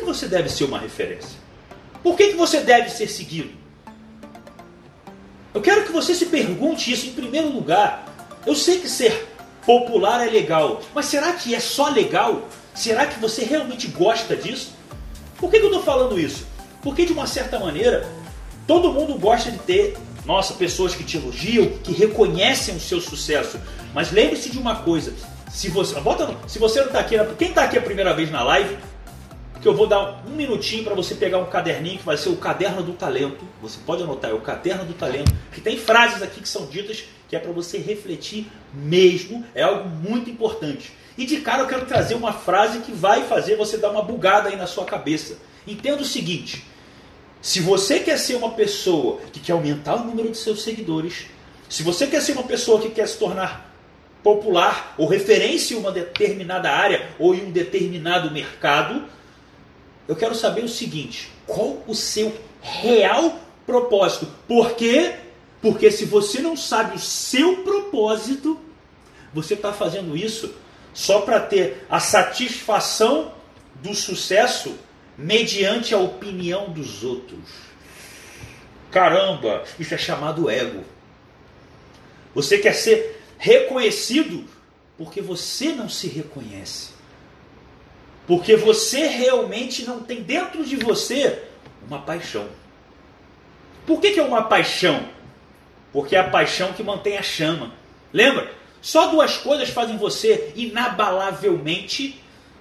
você deve ser uma referência? Por que você deve ser seguido? Eu quero que você se pergunte isso em primeiro lugar. Eu sei que ser popular é legal, mas será que é só legal? Será que você realmente gosta disso? Por que eu estou falando isso? Porque de uma certa maneira, todo mundo gosta de ter, pessoas que te elogiam, que reconhecem o seu sucesso. Mas lembre-se de uma coisa, se você não está aqui, quem está aqui a primeira vez na live, que eu vou dar um minutinho para você pegar um caderninho que vai ser o Caderno do Talento. Você pode anotar, é o Caderno do Talento, que tem frases aqui que são ditas que é para você refletir mesmo, é algo muito importante. E de cara eu quero trazer uma frase que vai fazer você dar uma bugada aí na sua cabeça. Entenda o seguinte, se você quer ser uma pessoa que quer aumentar o número de seus seguidores, se você quer ser uma pessoa que quer se tornar popular ou referência em uma determinada área ou em um determinado mercado, eu quero saber o seguinte, qual o seu real propósito? Por quê? Porque se você não sabe o seu propósito, você está fazendo isso só para ter a satisfação do sucesso mediante a opinião dos outros. Caramba, isso é chamado ego. Você quer ser reconhecido porque você não se reconhece. Porque você realmente não tem dentro de você uma paixão. Por que é uma paixão? Porque é a paixão que mantém a chama. Lembra? Só duas coisas fazem você inabalavelmente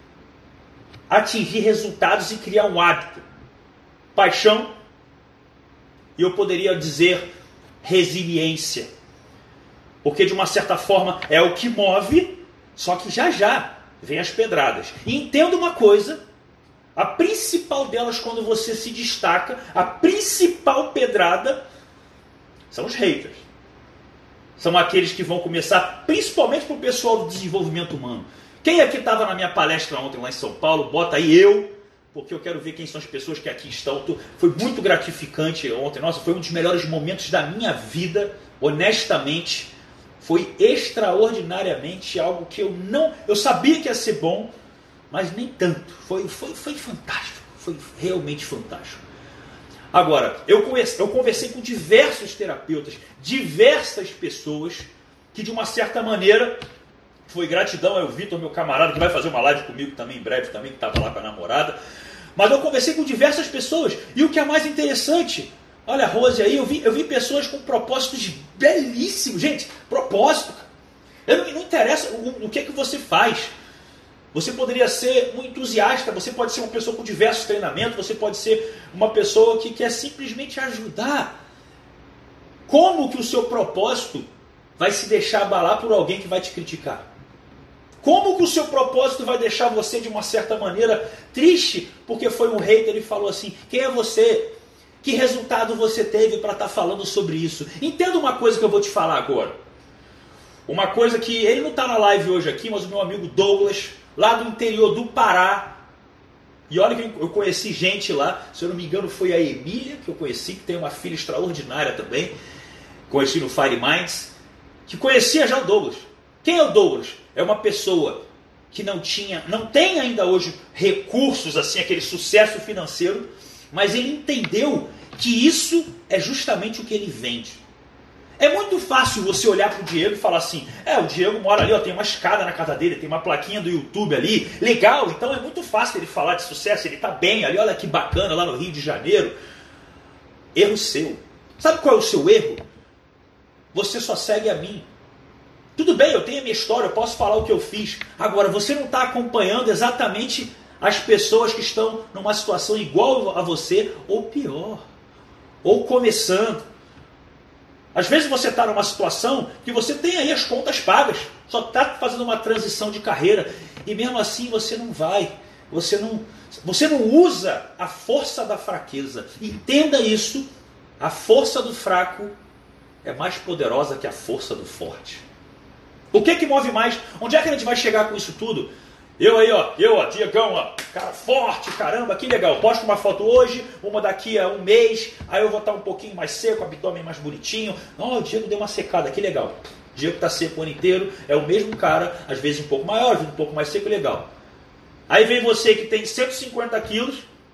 atingir resultados e criar um hábito. Paixão e eu poderia dizer resiliência. Porque de uma certa forma é o que move, só que já vem as pedradas. E entenda uma coisa, a principal delas quando você se destaca, a principal pedrada são os haters. São aqueles que vão começar, principalmente para o pessoal do desenvolvimento humano. Quem aqui estava na minha palestra ontem lá em São Paulo, bota aí eu, porque eu quero ver quem são as pessoas que aqui estão. Foi muito gratificante ontem, foi um dos melhores momentos da minha vida, honestamente. Foi extraordinariamente algo que eu sabia que ia ser bom, mas nem tanto. Foi fantástico, foi realmente fantástico. Agora, eu conversei com diversos terapeutas, diversas pessoas, que de uma certa maneira, foi gratidão ao Vitor, meu camarada, que vai fazer uma live comigo também em breve, também que estava lá com a namorada. Mas eu conversei com diversas pessoas, e o que é mais interessante, olha a Rose aí, eu vi pessoas com propósitos belíssimos. Gente, propósito. Não interessa o que é que você faz. Você poderia ser um entusiasta, você pode ser uma pessoa com diversos treinamentos, você pode ser uma pessoa que quer simplesmente ajudar. Como que o seu propósito vai se deixar abalar por alguém que vai te criticar? Como que o seu propósito vai deixar você de uma certa maneira triste porque foi um hater e falou assim, quem é você? Que resultado você teve para estar falando sobre isso? Entenda uma coisa que eu vou te falar agora. Uma coisa que ele não está na live hoje aqui, mas o meu amigo Douglas, lá do interior do Pará, e olha que eu conheci gente lá, se eu não me engano foi a Emília, que eu conheci, que tem uma filha extraordinária também, conheci no Fire Minds, que conhecia já o Douglas. Quem é o Douglas? É uma pessoa que não tem ainda hoje recursos, assim, aquele sucesso financeiro, mas ele entendeu que isso é justamente o que ele vende. É muito fácil você olhar para o Diego e falar assim, o Diego mora ali, tem uma escada na casa dele, tem uma plaquinha do YouTube ali, legal, então é muito fácil ele falar de sucesso, ele está bem ali, olha que bacana, lá no Rio de Janeiro. Erro seu. Sabe qual é o seu erro? Você só segue a mim. Tudo bem, eu tenho a minha história, eu posso falar o que eu fiz. Agora, você não está acompanhando exatamente as pessoas que estão numa situação igual a você, ou pior, ou começando. Às vezes você está numa situação que você tem aí as contas pagas, só está fazendo uma transição de carreira, e mesmo assim você não vai, você não usa a força da fraqueza. Entenda isso, a força do fraco é mais poderosa que a força do forte. O que move mais? Onde é que a gente vai chegar com isso tudo? Eu, Diegão, cara forte, caramba, que legal. Posto uma foto hoje, uma daqui a um mês, aí eu vou estar um pouquinho mais seco, abdômen mais bonitinho. O Diego deu uma secada, que legal. O Diego está seco o ano inteiro, é o mesmo cara, às vezes um pouco maior, às vezes um pouco mais seco, legal. Aí vem você que tem 150 quilos,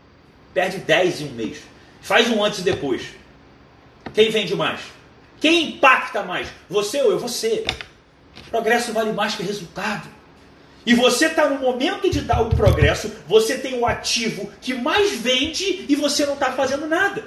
perde 10 em um mês. Faz um antes e depois. Quem vende mais? Quem impacta mais? Você ou eu? Você. Progresso vale mais que resultado. E você está no momento de dar o progresso, você tem o ativo que mais vende e você não está fazendo nada.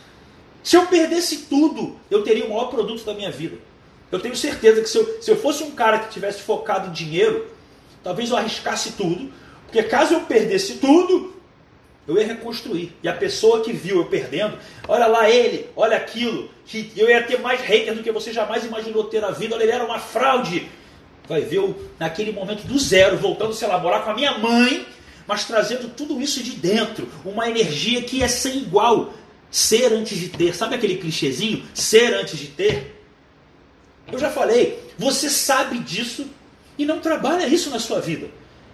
Se eu perdesse tudo, eu teria o maior produto da minha vida. Eu tenho certeza que se eu fosse um cara que tivesse focado em dinheiro, talvez eu arriscasse tudo, porque caso eu perdesse tudo, eu ia reconstruir. E a pessoa que viu eu perdendo, olha lá ele, olha aquilo, que eu ia ter mais haters do que você jamais imaginou ter na vida, olha, ele era uma fraude. Vai ver eu, naquele momento do zero, voltando a se elaborar com a minha mãe, mas trazendo tudo isso de dentro, uma energia que é sem igual. Ser antes de ter. Sabe aquele clichêzinho? Ser antes de ter? Eu já falei, você sabe disso e não trabalha isso na sua vida.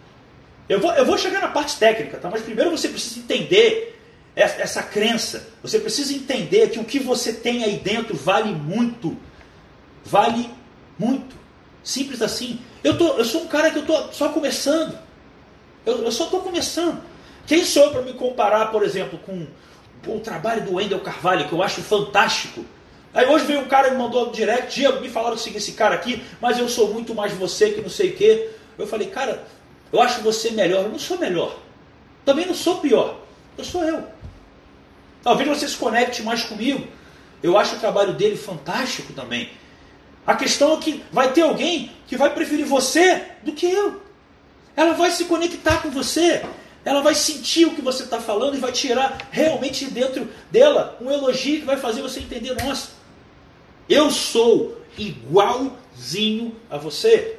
Eu vou chegar na parte técnica, tá? Mas primeiro você precisa entender essa crença. Você precisa entender que o que você tem aí dentro vale muito. Vale muito. Simples assim. Eu sou um cara que eu estou só começando. Eu só estou começando. Quem sou eu para me comparar, por exemplo, com o trabalho do Wendel Carvalho, que eu acho fantástico? Aí hoje veio um cara e me mandou no direct, Diego, me falaram seguir esse cara aqui, mas eu sou muito mais você que não sei o quê. Eu falei, cara, eu acho você melhor. Eu não sou melhor. Também não sou pior. Eu sou eu. Talvez você se conecte mais comigo. Eu acho o trabalho dele fantástico também. A questão é que vai ter alguém que vai preferir você do que eu. Ela vai se conectar com você. Ela vai sentir o que você está falando e vai tirar realmente de dentro dela um elogio que vai fazer você entender, nossa, eu sou igualzinho a você.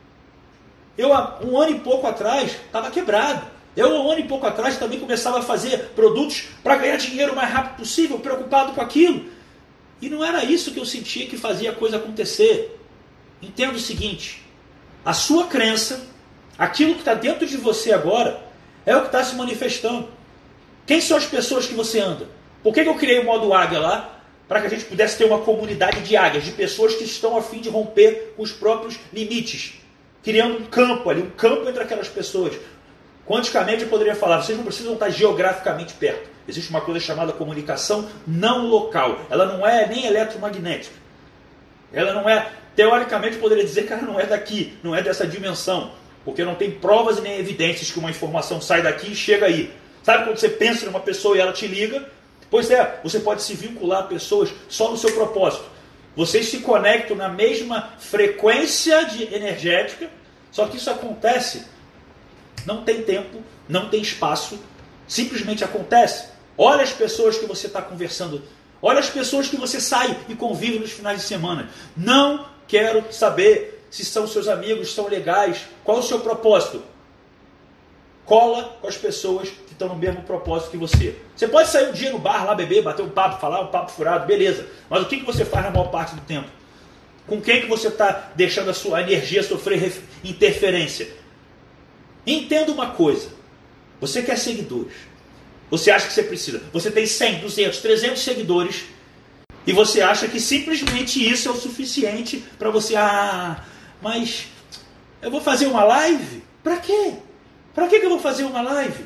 Eu, há um ano e pouco atrás, estava quebrado. Eu, há um ano e pouco atrás, também começava a fazer produtos para ganhar dinheiro o mais rápido possível, preocupado com aquilo. E não era isso que eu sentia que fazia a coisa acontecer. Entenda o seguinte, a sua crença, aquilo que está dentro de você agora, é o que está se manifestando. Quem são as pessoas que você anda? Por que eu criei o modo águia lá? Para que a gente pudesse ter uma comunidade de águias, de pessoas que estão a fim de romper os próprios limites. Criando um campo ali, um campo entre aquelas pessoas. Quanticamente eu poderia falar, vocês não precisam estar geograficamente perto. Existe uma coisa chamada comunicação não local. Ela não é nem eletromagnética. Ela não é, teoricamente eu poderia dizer que ela não é daqui, não é dessa dimensão. Porque não tem provas e nem evidências que uma informação sai daqui e chega aí. Sabe quando você pensa numa pessoa e ela te liga? Pois é, você pode se vincular a pessoas só no seu propósito. Vocês se conectam na mesma frequência energética, só que isso acontece. Não tem tempo, não tem espaço, simplesmente acontece. Olha as pessoas que você está conversando, olha as pessoas que você sai e convive nos finais de semana. Não quero saber se são seus amigos, são legais, qual é o seu propósito? Cola com as pessoas que estão no mesmo propósito que você. Você pode sair um dia no bar, lá beber, bater um papo, falar um papo furado, beleza. Mas o que você faz na maior parte do tempo? Com quem que você está deixando a sua energia sofrer interferência? Entenda uma coisa. Você quer seguidores. Você acha que você precisa. Você tem 100, 200, 300 seguidores e você acha que simplesmente isso é o suficiente para você... mas eu vou fazer uma live? Para quê? Para que eu vou fazer uma live?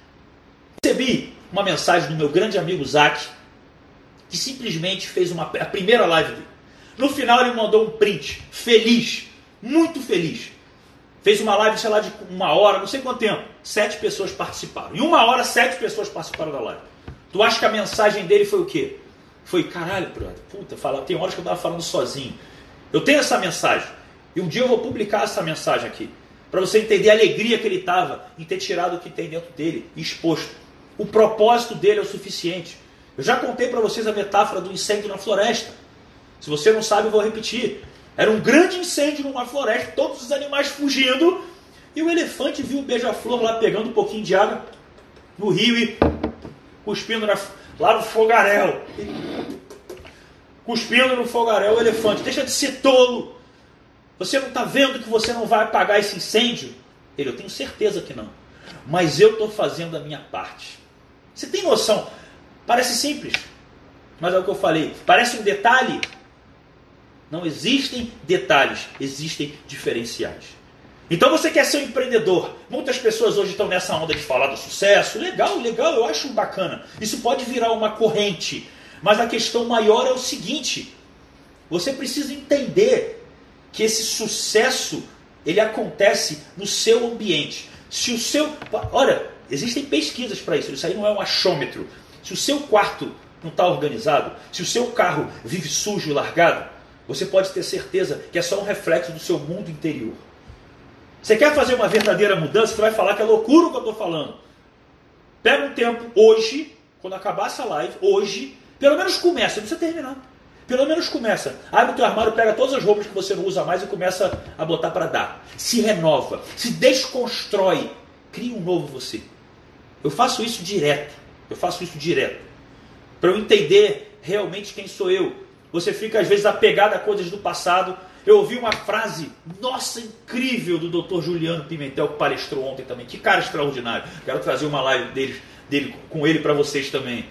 Recebi uma mensagem do meu grande amigo Zac, que simplesmente fez a primeira live dele. No final ele mandou um print, feliz, muito feliz. Fez uma live, sei lá, de 1 hora, não sei quanto tempo. 7 pessoas participaram. Em 1 hora, 7 pessoas participaram da live. Tu acha que a mensagem dele foi o quê? Foi, caralho, brother, puta, tem horas que eu estava falando sozinho. Eu tenho essa mensagem. E um dia eu vou publicar essa mensagem aqui. Para você entender a alegria que ele estava em ter tirado o que tem dentro dele e exposto. O propósito dele é o suficiente. Eu já contei para vocês a metáfora do incêndio na floresta. Se você não sabe, eu vou repetir. Era um grande incêndio numa floresta, todos os animais fugindo. E o elefante viu o beija-flor lá pegando um pouquinho de água no rio e cuspindo lá no fogaréu. Cuspindo no fogaréu o elefante. Deixa de ser tolo. Você não está vendo que você não vai apagar esse incêndio? Eu tenho certeza que não. Mas eu estou fazendo a minha parte. Você tem noção? Parece simples. Mas é o que eu falei. Parece um detalhe. Não existem detalhes. Existem diferenciais. Então você quer ser um empreendedor. Muitas pessoas hoje estão nessa onda de falar do sucesso. Legal, legal, eu acho bacana. Isso pode virar uma corrente. Mas a questão maior é o seguinte. Você precisa entender que esse sucesso, ele acontece no seu ambiente. Se o seu... Olha, existem pesquisas para isso. Isso aí não é um achômetro. Se o seu quarto não está organizado, se o seu carro vive sujo e largado, você pode ter certeza que é só um reflexo do seu mundo interior. Você quer fazer uma verdadeira mudança, você vai falar que é loucura o que eu estou falando. Pega um tempo hoje, quando acabar essa live, hoje, pelo menos começa, não precisa terminar. Pelo menos começa. Abre o teu armário, pega todas as roupas que você não usa mais e começa a botar para dar. Se renova, se desconstrói, cria um novo você. Eu faço isso direto. Para eu entender realmente quem sou eu. Você fica às vezes apegado a coisas do passado. Eu ouvi uma frase, nossa, incrível, do Dr. Juliano Pimentel, que palestrou ontem também. Que cara extraordinário. Quero trazer uma live dele com ele para vocês também.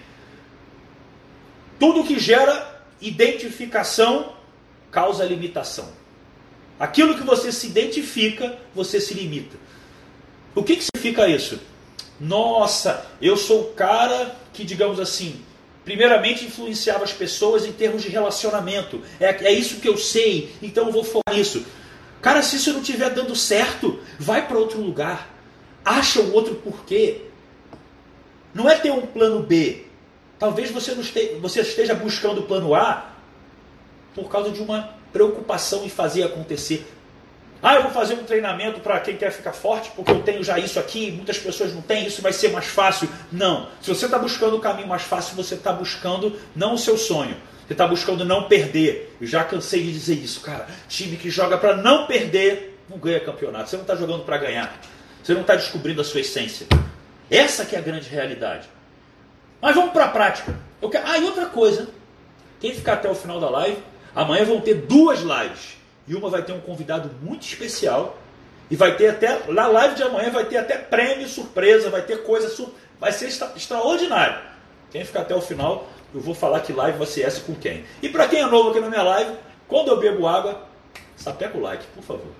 Tudo que gera identificação causa limitação. Aquilo que você se identifica, você se limita. O que significa isso? Nossa, eu sou o cara que, digamos assim, primeiramente influenciava as pessoas em termos de relacionamento. É isso que eu sei, então eu vou focar nisso. Cara, se isso não estiver dando certo, vai para outro lugar. Acha um outro porquê. Não é ter um plano B. Talvez você esteja buscando o plano A por causa de uma preocupação em fazer acontecer. Eu vou fazer um treinamento para quem quer ficar forte, porque eu tenho já isso aqui, muitas pessoas não têm, isso vai ser mais fácil. Não. Se você está buscando o caminho mais fácil, você está buscando não o seu sonho. Você está buscando não perder. Eu já cansei de dizer isso, cara. Time que joga para não perder, não ganha campeonato. Você não está jogando para ganhar. Você não está descobrindo a sua essência. Essa que é a grande realidade. Mas vamos para a prática. E outra coisa. Quem ficar até o final da live, amanhã vão ter 2 lives. E uma vai ter um convidado muito especial. E vai ter até, na live de amanhã, vai ter até prêmio surpresa, vai ter coisa, vai ser extraordinário. Quem ficar até o final, eu vou falar que live vai ser essa com quem. E para quem é novo aqui na minha live, quando eu bebo água, sapeca o like, por favor.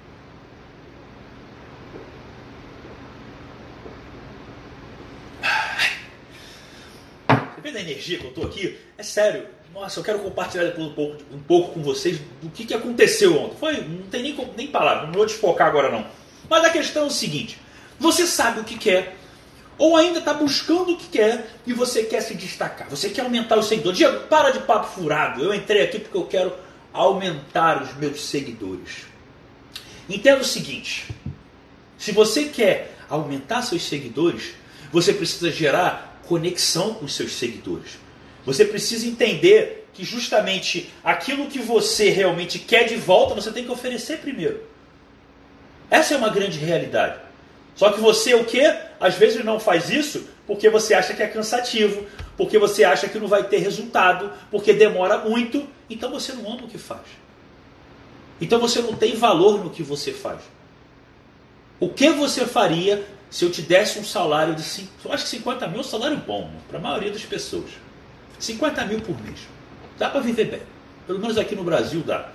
Você vê da energia que eu estou aqui? É sério. Nossa, eu quero compartilhar depois um pouco com vocês do que aconteceu ontem. Não tem nem palavra, não vou desfocar agora não. Mas a questão é o seguinte, você sabe o que quer, ou ainda está buscando o que quer, e você quer se destacar, você quer aumentar os seguidores. Diego, para de papo furado, eu entrei aqui porque eu quero aumentar os meus seguidores. Entenda o seguinte, se você quer aumentar seus seguidores, você precisa gerar conexão com os seus seguidores. Você precisa entender que justamente aquilo que você realmente quer de volta, você tem que oferecer primeiro. Essa é uma grande realidade. Só que você o quê? Às vezes não faz isso porque você acha que é cansativo, porque você acha que não vai ter resultado, porque demora muito, então você não ama o que faz. Então você não tem valor no que você faz. O que você faria se eu te desse um salário de... Eu acho que 50 mil é um salário bom, para a maioria das pessoas. 50 mil por mês. Dá para viver bem. Pelo menos aqui no Brasil dá.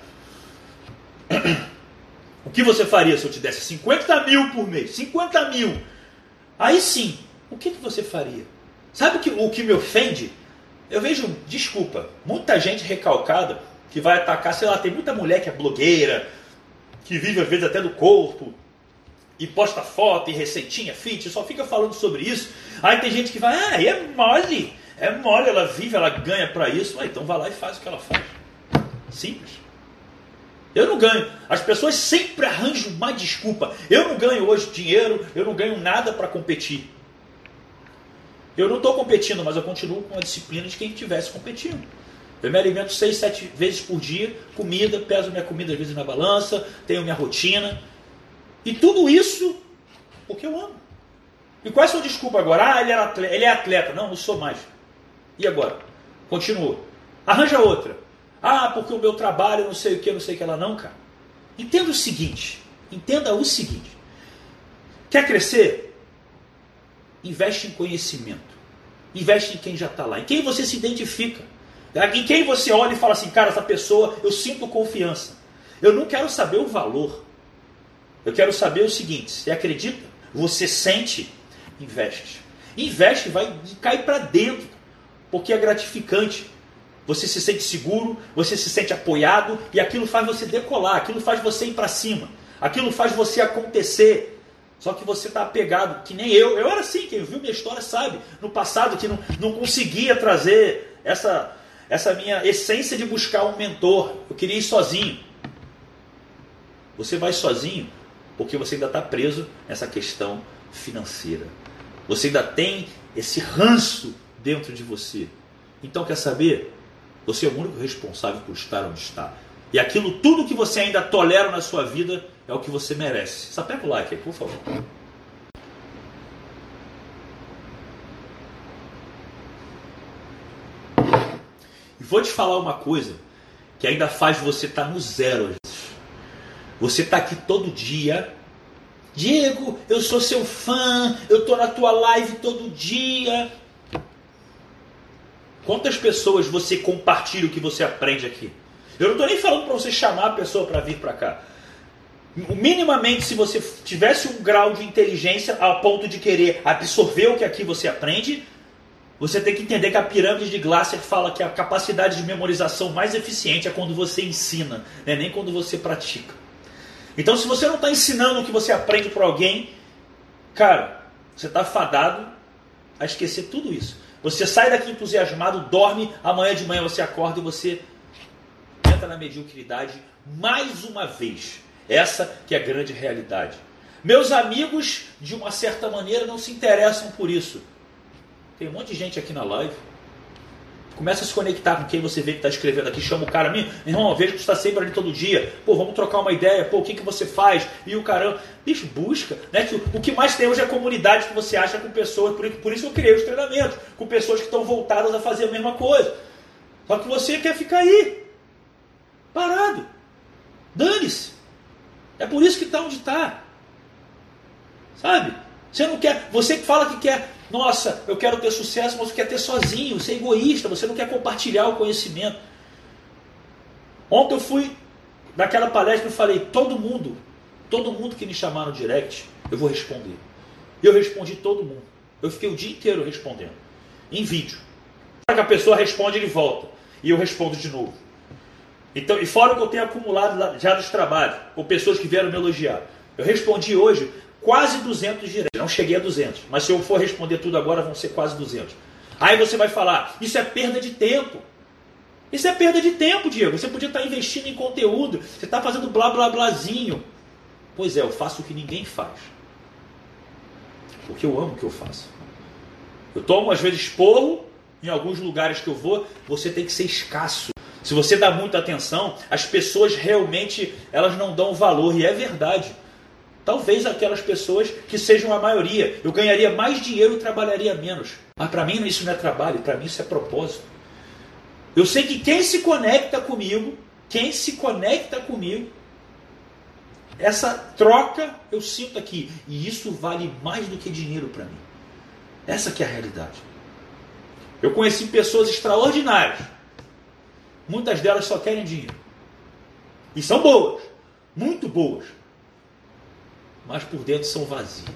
O que você faria se eu te desse 50 mil por mês? 50 mil. Aí sim, o que você faria? Sabe o que me ofende? Eu vejo, desculpa, muita gente recalcada que vai atacar, sei lá, tem muita mulher que é blogueira, que vive às vezes até do corpo, e posta foto e receitinha fit, só fica falando sobre isso. Aí tem gente que vai, é mole, ela vive, ela ganha para isso. Então vai lá e faz o que ela faz. Simples. Eu não ganho. As pessoas sempre arranjam uma desculpa. Eu não ganho hoje dinheiro, eu não ganho nada para competir. Eu não estou competindo, mas eu continuo com a disciplina de quem estivesse competindo. Eu me alimento 6, 7 vezes por dia, comida, peso minha comida às vezes na balança, tenho minha rotina. E tudo isso porque eu amo. E qual é a sua desculpa agora? Ele é atleta. Não, não sou mais. E agora? Continua. Arranja outra. Porque o meu trabalho, não sei o que lá. Não, cara. Entenda o seguinte. Quer crescer? Investe em conhecimento. Investe em quem já está lá. Em quem você se identifica. Em quem você olha e fala assim, cara, essa pessoa, eu sinto confiança. Eu não quero saber o valor. Eu quero saber o seguinte, você acredita? Você sente? Investe. Investe, vai cair para dentro, porque é gratificante. Você se sente seguro, você se sente apoiado, e aquilo faz você decolar, aquilo faz você ir para cima, aquilo faz você acontecer. Só que você está apegado, que nem eu. Eu era assim, quem viu minha história sabe. No passado, que não conseguia trazer essa minha essência de buscar um mentor. Eu queria ir sozinho. Você vai sozinho porque você ainda está preso nessa questão financeira. Você ainda tem esse ranço dentro de você. Então, quer saber? Você é o único responsável por estar onde está. E aquilo, tudo que você ainda tolera na sua vida, é o que você merece. Sapeca o like aí, por favor. E vou te falar uma coisa que ainda faz você estar no zero às vezes. Você está aqui todo dia. Diego, eu sou seu fã, eu estou na tua live todo dia. Quantas pessoas você compartilha o que você aprende aqui? Eu não estou nem falando para você chamar a pessoa para vir para cá. Minimamente, se você tivesse um grau de inteligência ao ponto de querer absorver o que aqui você aprende, você tem que entender que a pirâmide de Glasser fala que a capacidade de memorização mais eficiente é quando você ensina, né? Nem quando você pratica. Então, se você não está ensinando o que você aprende para alguém, cara, você está fadado a esquecer tudo isso. Você sai daqui entusiasmado, dorme, amanhã de manhã você acorda e você entra na mediocridade mais uma vez. Essa que é a grande realidade. Meus amigos, de uma certa maneira, não se interessam por isso. Tem um monte de gente aqui na live. Começa a se conectar com quem você vê que está escrevendo aqui. Chama o cara, meu irmão, eu vejo que você está sempre ali todo dia. Pô, vamos trocar uma ideia. Pô, o que você faz? E o caramba. Bicho, busca. Né? O que mais tem hoje é a comunidade que você acha com pessoas. Por isso eu criei os treinamentos. Com pessoas que estão voltadas a fazer a mesma coisa. Só que você quer ficar aí. Parado. Dane-se. É por isso que está onde está. Sabe? Você não quer. Você que fala que quer. Nossa, eu quero ter sucesso, mas você quer ter sozinho. Você é egoísta. Você não quer compartilhar o conhecimento. Ontem eu fui naquela palestra e falei: todo mundo que me chamar no direct, eu vou responder. E eu respondi todo mundo. Eu fiquei o dia inteiro respondendo. Em vídeo. Para que a pessoa responde, ele volta. E eu respondo de novo. Então, e fora o que eu tenho acumulado já dos trabalhos, com pessoas que vieram me elogiar. Eu respondi hoje quase 200 diretos. Não cheguei a 200, mas se eu for responder tudo agora, vão ser quase 200. Aí você vai falar, isso é perda de tempo. Isso é perda de tempo, Diego. Você podia estar investindo em conteúdo. Você está fazendo blá blá blázinho. Pois é, eu faço o que ninguém faz. Porque eu amo o que eu faço. Eu tomo às vezes porro, em alguns lugares que eu vou, você tem que ser escasso. Se você dá muita atenção, as pessoas realmente elas não dão valor. E é verdade. Talvez aquelas pessoas que sejam a maioria. Eu ganharia mais dinheiro e trabalharia menos. Mas para mim isso não é trabalho, para mim isso é propósito. Eu sei que quem se conecta comigo, essa troca eu sinto aqui. E isso vale mais do que dinheiro para mim. Essa que é a realidade. Eu conheci pessoas extraordinárias. Muitas delas só querem dinheiro. E são boas. Muito boas. Mas por dentro são vazias.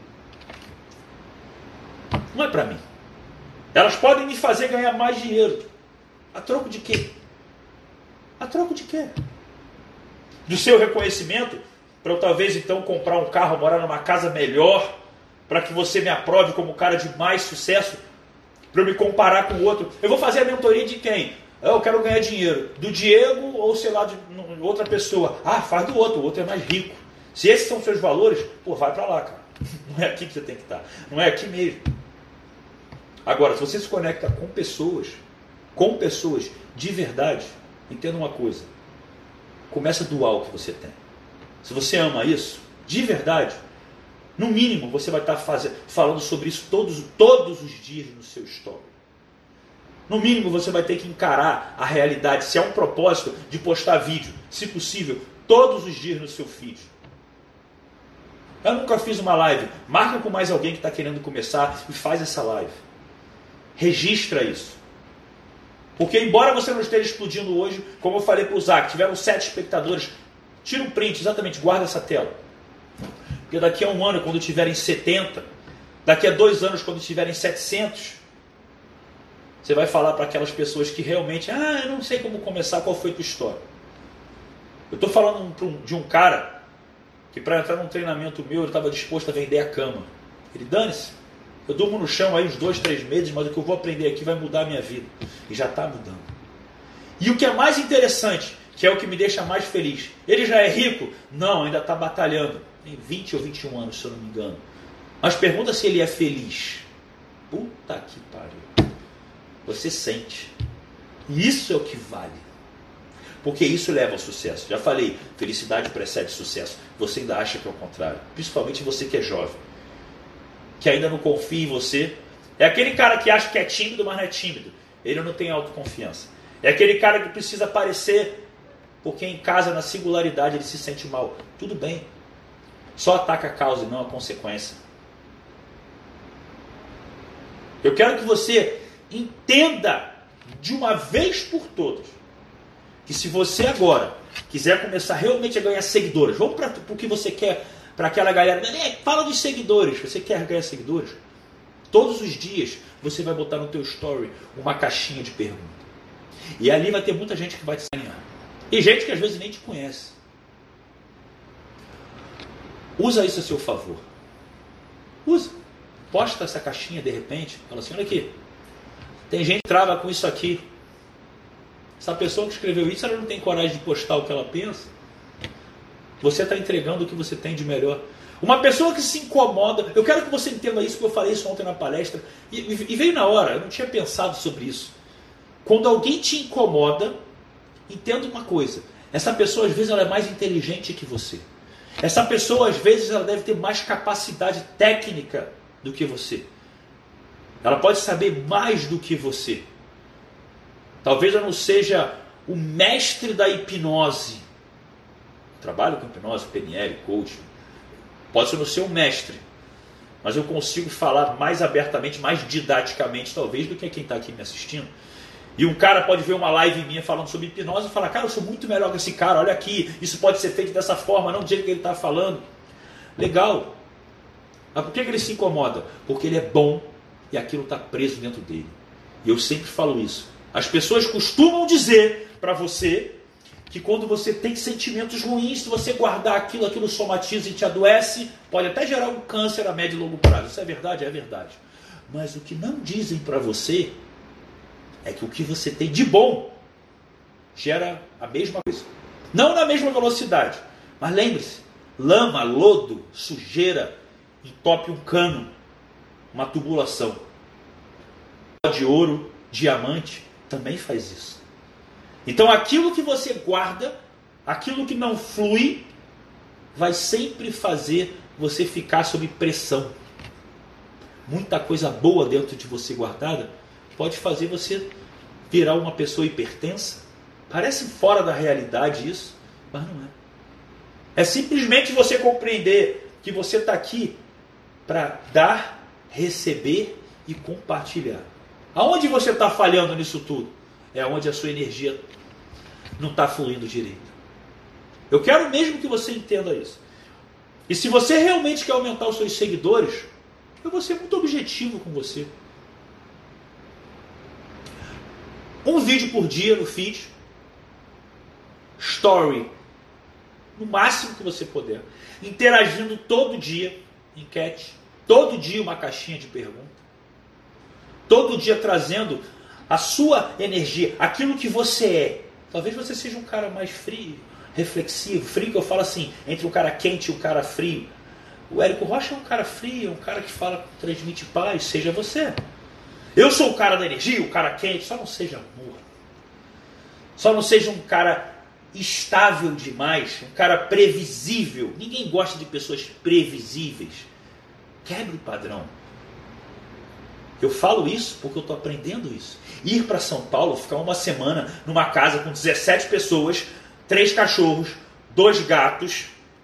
Não é para mim. Elas podem me fazer ganhar mais dinheiro. A troco de quê? A troco de quê? Do seu reconhecimento? Para eu talvez então comprar um carro, morar numa casa melhor, para que você me aprove como cara de mais sucesso, para eu me comparar com o outro. Eu vou fazer a mentoria de quem? Eu quero ganhar dinheiro. Do Diego ou sei lá, de outra pessoa. Ah, faz do outro, o outro é mais rico. Se esses são seus valores, pô, vai para lá, cara. Não é aqui que você tem que estar. Não é aqui mesmo. Agora, se você se conecta com pessoas de verdade, entenda uma coisa. Começa a doar o que você tem. Se você ama isso, de verdade, no mínimo você vai estar falando sobre isso todos os dias no seu story. No mínimo você vai ter que encarar a realidade, se é um propósito de postar vídeo, se possível, todos os dias no seu feed. Eu nunca fiz uma live. Marca com mais alguém que está querendo começar e faz essa live. Registra isso. Porque embora você não esteja explodindo hoje, como eu falei para o Zac, tiveram 7 espectadores, tira um print, exatamente, guarda essa tela. Porque daqui a um ano, quando tiverem 70, daqui a 2 anos, quando tiverem 700, você vai falar para aquelas pessoas que realmente, eu não sei como começar, qual foi a tua história. Eu estou falando de um cara que para entrar num treinamento meu, ele estava disposto a vender a cama. Ele, dane-se, eu durmo no chão aí uns 2, 3 meses, mas o que eu vou aprender aqui vai mudar a minha vida. E já está mudando. E o que é mais interessante, que é o que me deixa mais feliz, ele já é rico? Não, ainda está batalhando. Tem 20 ou 21 anos, se eu não me engano. Mas pergunta se ele é feliz. Puta que pariu. Você sente. E isso é o que vale. Porque isso leva ao sucesso. Já falei, felicidade precede sucesso. Você ainda acha que é o contrário. Principalmente você que é jovem. Que ainda não confia em você. É aquele cara que acha que é tímido, mas não é tímido. Ele não tem autoconfiança. É aquele cara que precisa aparecer porque em casa, na singularidade, ele se sente mal. Tudo bem. Só ataca a causa e não a consequência. Eu quero que você entenda de uma vez por todas que se você agora quiser começar realmente a ganhar seguidores, vamos para o que você quer, para aquela galera, fala de seguidores, você quer ganhar seguidores? Todos os dias você vai botar no teu story uma caixinha de perguntas. E ali vai ter muita gente que vai te sacanear. E gente que às vezes nem te conhece. Usa isso a seu favor. Usa. Posta essa caixinha de repente. Fala assim, olha aqui. Tem gente que trava com isso aqui. Essa pessoa que escreveu isso, ela não tem coragem de postar o que ela pensa. Você está entregando o que você tem de melhor. Uma pessoa que se incomoda. Eu quero que você entenda isso, porque eu falei isso ontem na palestra. E veio na hora. Eu não tinha pensado sobre isso. Quando alguém te incomoda, entenda uma coisa. Essa pessoa às vezes ela é mais inteligente que você. Essa pessoa às vezes ela deve ter mais capacidade técnica do que você. Ela pode saber mais do que você. Talvez eu não seja o mestre da hipnose. Eu trabalho com hipnose, PNL, coaching. Pode não ser um mestre. Mas eu consigo falar mais abertamente, mais didaticamente, talvez, do que quem está aqui me assistindo. E um cara pode ver uma live minha falando sobre hipnose e falar, cara, eu sou muito melhor que esse cara, olha aqui, isso pode ser feito dessa forma, não do jeito que ele está falando. Legal. Mas por que ele se incomoda? Porque ele é bom e aquilo está preso dentro dele. E eu sempre falo isso. As pessoas costumam dizer para você que quando você tem sentimentos ruins, se você guardar aquilo somatiza e te adoece, pode até gerar um câncer a médio e longo prazo. Isso é verdade? É verdade. Mas o que não dizem para você é que o que você tem de bom gera a mesma coisa. Não na mesma velocidade. Mas lembre-se, lama, lodo, sujeira, entope um cano, uma tubulação. De ouro, diamante, também faz isso. Então aquilo que você guarda, aquilo que não flui, vai sempre fazer você ficar sob pressão. Muita coisa boa dentro de você guardada pode fazer você virar uma pessoa hipertensa. Parece fora da realidade isso, mas não é. É simplesmente você compreender que você está aqui para dar, receber e compartilhar. Aonde você está falhando nisso tudo? É onde a sua energia não está fluindo direito. Eu quero mesmo que você entenda isso. E se você realmente quer aumentar os seus seguidores, eu vou ser muito objetivo com você. Um vídeo por dia no feed. Story. No máximo que você puder. Interagindo todo dia. Enquete. Todo dia uma caixinha de perguntas. Todo dia trazendo a sua energia. Aquilo que você é. Talvez você seja um cara mais frio. Reflexivo. Frio que eu falo assim. Entre o cara quente e o cara frio. O Érico Rocha é um cara frio. É um cara que fala, transmite paz. Seja você. Eu sou o cara da energia, o cara quente, só não seja amor. Só não seja um cara estável demais, um cara previsível. Ninguém gosta de pessoas previsíveis. Quebre o padrão. Eu falo isso porque eu estou aprendendo isso. Ir para São Paulo, ficar uma semana numa casa com 17 pessoas, 3 cachorros, 2 gatos,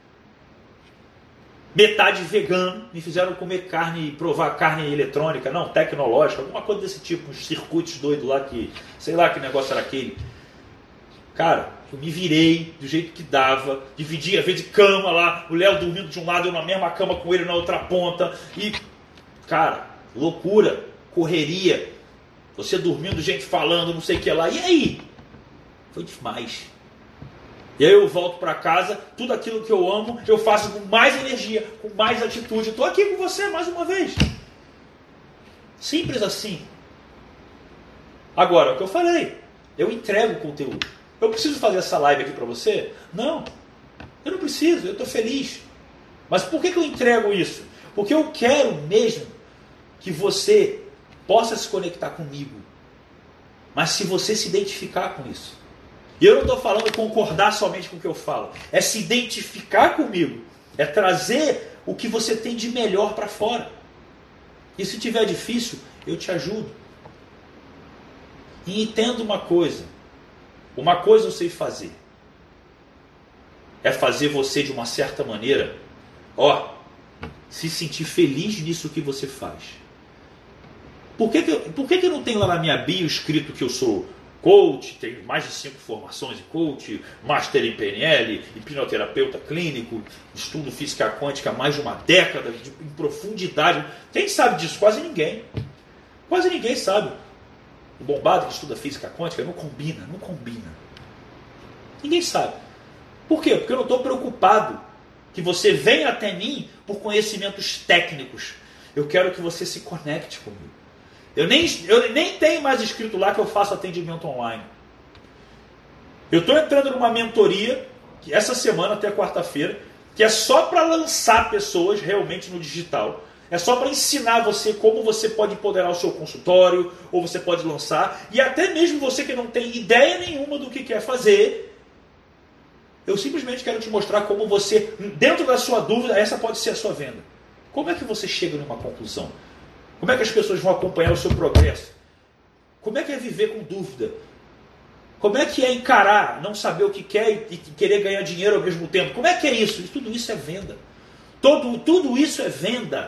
metade vegano, me fizeram comer carne, provar carne eletrônica, não, tecnológica, alguma coisa desse tipo, uns circuitos doidos lá que, sei lá que negócio era aquele. Cara, eu me virei do jeito que dava, dividi às vezes cama lá, o Léo dormindo de um lado, eu na mesma cama com ele na outra ponta. E, cara, loucura, correria, você dormindo, gente falando, não sei o que lá. E aí? Foi demais. E aí eu volto para casa, tudo aquilo que eu amo, eu faço com mais energia, com mais atitude. Estou aqui com você mais uma vez. Simples assim. Agora, o que eu falei, eu entrego conteúdo. Eu preciso fazer essa live aqui para você? Não, eu não preciso, eu estou feliz. Mas por que eu entrego isso? Porque eu quero mesmo que você possa se conectar comigo. Mas se você se identificar com isso. E eu não estou falando concordar somente com o que eu falo. É se identificar comigo. É trazer o que você tem de melhor para fora. E se tiver difícil, eu te ajudo. E entenda uma coisa. Uma coisa eu sei fazer. É fazer você de uma certa maneira, se sentir feliz nisso que você faz. Por que não tem lá na minha bio escrito que eu sou coach, tenho mais de 5 formações em coach, master em PNL, hipnoterapeuta clínico, estudo física quântica há mais de uma década, em profundidade. Quem sabe disso? Quase ninguém. Quase ninguém sabe. O bombado que estuda física quântica não combina. Ninguém sabe. Por quê? Porque eu não estou preocupado que você venha até mim por conhecimentos técnicos. Eu quero que você se conecte comigo. Eu nem tenho mais escrito lá que eu faço atendimento online. Eu estou entrando numa mentoria, que essa semana até quarta-feira, que é só para lançar pessoas realmente no digital. É só para ensinar você como você pode empoderar o seu consultório, ou você pode lançar. E até mesmo você que não tem ideia nenhuma do que quer fazer, eu simplesmente quero te mostrar como você, dentro da sua dúvida, essa pode ser a sua venda. Como é que você chega numa conclusão? Como é que as pessoas vão acompanhar o seu progresso? Como é que é viver com dúvida? Como é que é encarar, não saber o que quer e querer ganhar dinheiro ao mesmo tempo? Como é que é isso? E tudo isso é venda. Tudo isso é venda.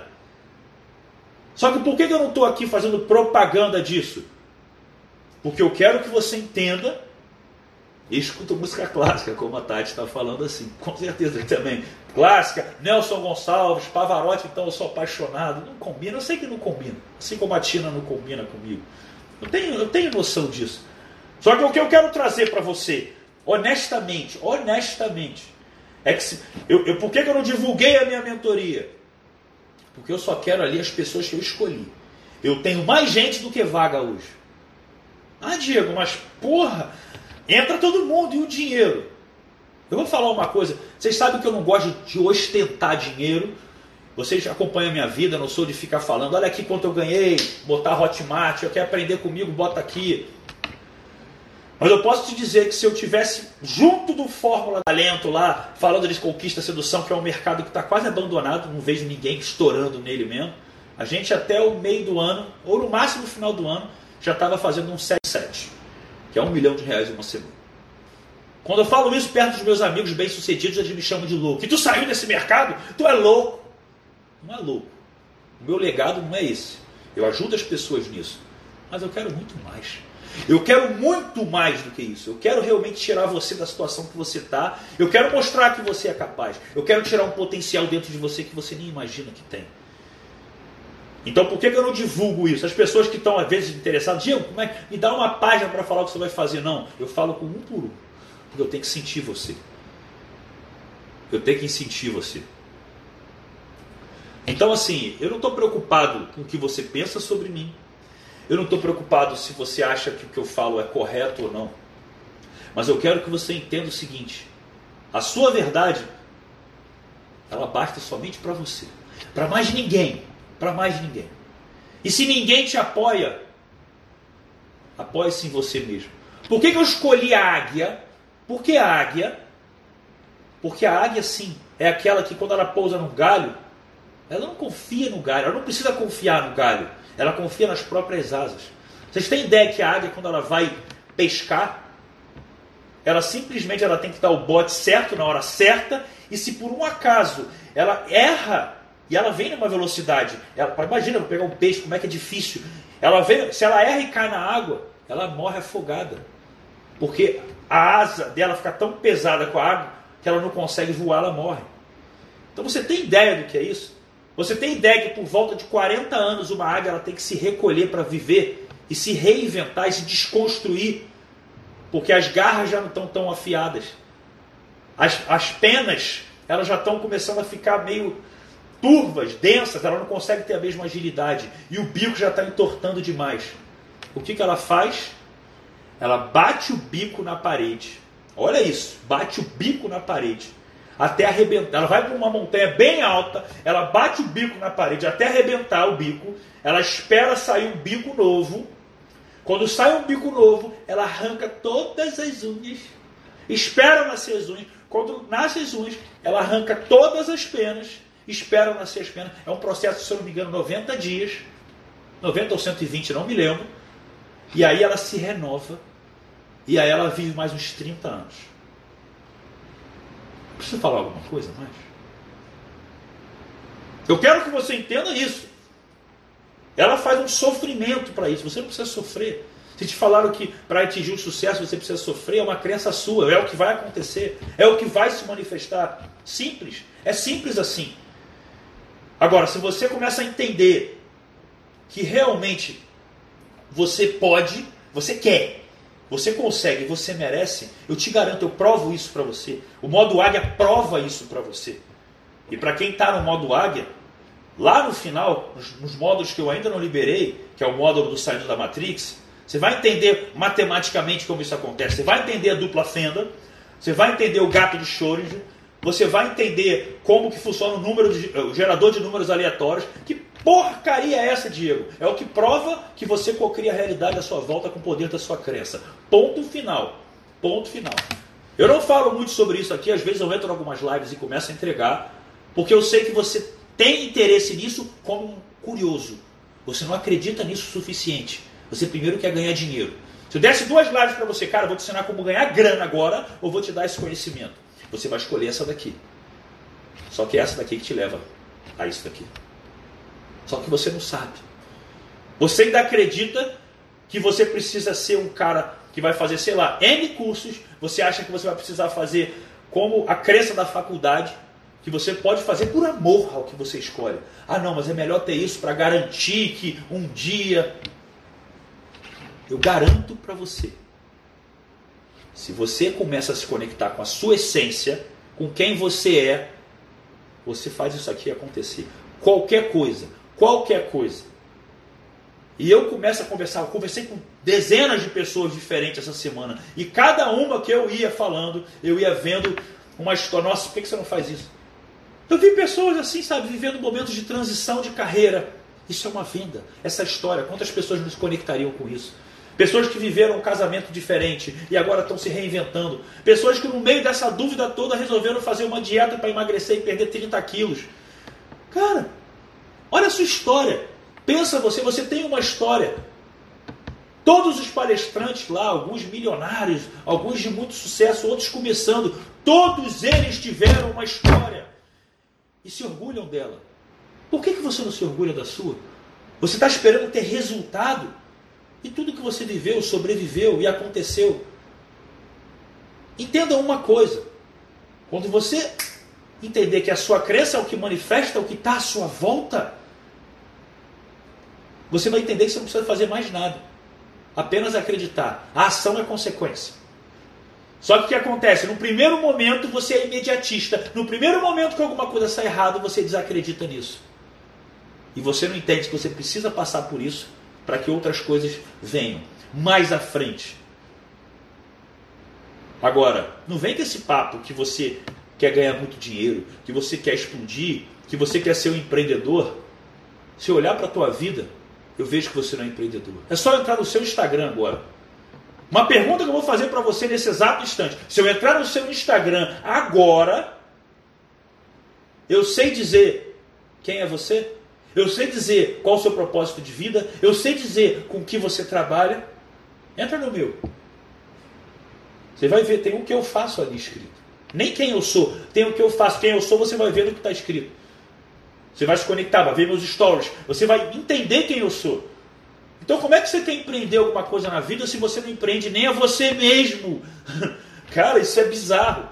Só que por que eu não estou aqui fazendo propaganda disso? Porque eu quero que você entenda e escuta música clássica, como a Tati está falando assim. Com certeza também. Clássica, Nelson Gonçalves, Pavarotti, então eu sou apaixonado. Não combina, eu sei que não combina. Assim como a Tina não combina comigo. Eu tenho noção disso. Só que o que eu quero trazer para você, honestamente, é que por que eu não divulguei a minha mentoria? Porque eu só quero ali as pessoas que eu escolhi. Eu tenho mais gente do que vaga hoje. Ah, Diego, mas porra, entra todo mundo e o dinheiro? Eu vou falar uma coisa, vocês sabem que eu não gosto de ostentar dinheiro. Vocês acompanham a minha vida, eu não sou de ficar falando, olha aqui quanto eu ganhei, botar Hotmart, eu quero aprender comigo, bota aqui. Mas eu posso te dizer que se eu tivesse junto do Fórmula Talento lá, falando de conquista, sedução, que é um mercado que está quase abandonado, não vejo ninguém estourando nele mesmo, a gente até o meio do ano, ou no máximo no final do ano, já estava fazendo um 7,7, que é R$1 milhão em uma semana. Quando eu falo isso perto dos meus amigos bem-sucedidos, eles me chamam de louco. E tu saiu desse mercado? Tu é louco. Não é louco. O meu legado não é esse. Eu ajudo as pessoas nisso. Mas eu quero muito mais. Eu quero muito mais do que isso. Eu quero realmente tirar você da situação que você está. Eu quero mostrar que você é capaz. Eu quero tirar um potencial dentro de você que você nem imagina que tem. Então por que eu não divulgo isso? As pessoas que estão às vezes interessadas, Diego, me dá uma página para falar o que você vai fazer. Não, eu falo com um por um. Porque eu tenho que sentir você. Eu tenho que sentir você. Então assim, eu não estou preocupado com o que você pensa sobre mim. Eu não estou preocupado se você acha que o que eu falo é correto ou não. Mas eu quero que você entenda o seguinte. A sua verdade, ela basta somente para você. Para mais ninguém. Para mais ninguém. E se ninguém te apoia, apoie-se em você mesmo. Por que eu escolhi a águia? Por que a águia? Porque a águia, sim, é aquela que quando ela pousa no galho, ela não confia no galho, ela não precisa confiar no galho, ela confia nas próprias asas. Vocês têm ideia que a águia, quando ela vai pescar, ela simplesmente tem que dar o bote certo na hora certa, e se por um acaso ela erra, e ela vem numa velocidade, imagina, vou pegar um peixe, como é que é difícil, se ela erra e cai na água, ela morre afogada, porque a asa dela fica tão pesada com a água que ela não consegue voar, ela morre. Então você tem ideia do que é isso? Você tem ideia que por volta de 40 anos uma águia ela tem que se recolher para viver e se reinventar e se desconstruir, porque as garras já não estão tão afiadas. As penas elas já estão começando a ficar meio turvas, densas, ela não consegue ter a mesma agilidade e o bico já está entortando demais. O que ela faz? Ela bate o bico na parede. Olha isso, bate o bico na parede até arrebentar. Ela vai para uma montanha bem alta, ela bate o bico na parede até arrebentar o bico, ela espera sair um bico novo. Quando sai um bico novo, ela arranca todas as unhas, espera nascer as unhas. Quando nascem as unhas, ela arranca todas as penas, espera nascer as penas. É um processo, se eu não me engano, 90 dias, 90 ou 120, não me lembro. E aí ela se renova, e aí ela vive mais uns 30 anos. Preciso falar alguma coisa mais? Eu quero que você entenda isso. Ela faz um sofrimento para isso. Você não precisa sofrer. Se te falaram que para atingir o sucesso você precisa sofrer, é uma crença sua. É o que vai acontecer. É o que vai se manifestar. Simples. É simples assim. Agora, se você começa a entender que realmente você pode, você quer, você consegue, você merece, eu te garanto, eu provo isso para você. O modo águia prova isso para você. E para quem está no modo águia, lá no final, nos módulos que eu ainda não liberei, que é o módulo do Saindo da Matrix, você vai entender matematicamente como isso acontece. Você vai entender a dupla fenda, você vai entender o gato de Schrödinger, você vai entender como que funciona o gerador de números aleatórios. Que porcaria é essa, Diego? É o que prova que você cocria a realidade à sua volta com o poder da sua crença. Ponto final. Ponto final. Eu não falo muito sobre isso aqui, às vezes eu entro em algumas lives e começo a entregar, porque eu sei que você tem interesse nisso como um curioso. Você não acredita nisso o suficiente. Você primeiro quer ganhar dinheiro. Se eu desse 2 lives para você, cara, eu vou te ensinar como ganhar grana agora, ou vou te dar esse conhecimento. Você vai escolher essa daqui. Só que é essa daqui que te leva a isso daqui. Só que você não sabe. Você ainda acredita que você precisa ser um cara que vai fazer, sei lá, N cursos. Você acha que você vai precisar fazer como a crença da faculdade, que você pode fazer por amor ao que você escolhe. Ah não, mas é melhor ter isso para garantir que um dia... Eu garanto para você, se você começa a se conectar com a sua essência, com quem você é, você faz isso aqui acontecer. Qualquer coisa, qualquer coisa. E eu começo a conversar, eu conversei com dezenas de pessoas diferentes essa semana, e cada uma que eu ia falando, eu ia vendo uma história. Nossa, por que você não faz isso? Eu vi pessoas assim, sabe, vivendo momentos de transição de carreira. Isso é uma venda, essa história. Quantas pessoas nos conectariam com isso? Pessoas que viveram um casamento diferente e agora estão se reinventando. Pessoas que no meio dessa dúvida toda resolveram fazer uma dieta para emagrecer e perder 30 quilos. Cara, olha a sua história. Pensa você tem uma história. Todos os palestrantes lá, alguns milionários, alguns de muito sucesso, outros começando, todos eles tiveram uma história e se orgulham dela. Por que você não se orgulha da sua? Você está esperando ter resultado? E tudo que você viveu, sobreviveu e aconteceu. Entenda uma coisa. Quando você entender que a sua crença é o que manifesta o que está à sua volta, você vai entender que você não precisa fazer mais nada. Apenas acreditar. A ação é consequência. Só que o que acontece? No primeiro momento você é imediatista. No primeiro momento que alguma coisa sai errado, você desacredita nisso. E você não entende que você precisa passar por isso para que outras coisas venham mais à frente. Agora, não vem com esse papo que você quer ganhar muito dinheiro, que você quer explodir, que você quer ser um empreendedor. Se eu olhar para a tua vida, eu vejo que você não é empreendedor. É só entrar no seu Instagram agora. Uma pergunta que eu vou fazer para você nesse exato instante. Se eu entrar no seu Instagram agora, eu sei dizer quem é você? Eu sei dizer qual o seu propósito de vida. Eu sei dizer com que você trabalha. Entra no meu. Você vai ver, tem o que eu faço ali escrito. Nem quem eu sou, tem o que eu faço. Quem eu sou, você vai ver no que está escrito. Você vai se conectar, vai ver meus stories. Você vai entender quem eu sou. Então como é que você quer empreender alguma coisa na vida se você não empreende nem a você mesmo? Cara, isso é bizarro.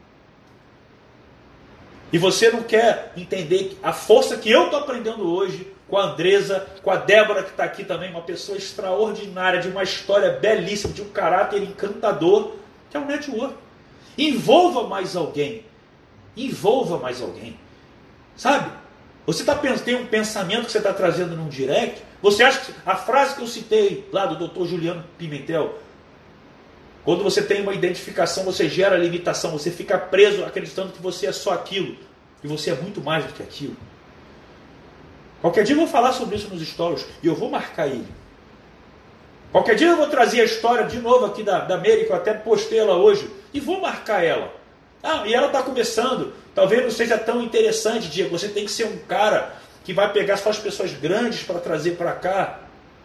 E você não quer entender a força que eu estou aprendendo hoje com a Andresa, com a Débora que está aqui também, uma pessoa extraordinária, de uma história belíssima, de um caráter encantador, que é o network. Envolva mais alguém. Envolva mais alguém. Sabe? Você tem um pensamento que você está trazendo num direct, você acha que a frase que eu citei lá do Dr. Juliano Pimentel, quando você tem uma identificação, você gera limitação, você fica preso acreditando que você é só aquilo, e você é muito mais do que aquilo. Qualquer dia eu vou falar sobre isso nos stories, e eu vou marcar ele. Qualquer dia eu vou trazer a história de novo aqui da Mary, que eu até postei ela hoje, e vou marcar ela. E ela está começando, talvez não seja tão interessante, Diego, você tem que ser um cara que vai pegar só as pessoas grandes para trazer para cá.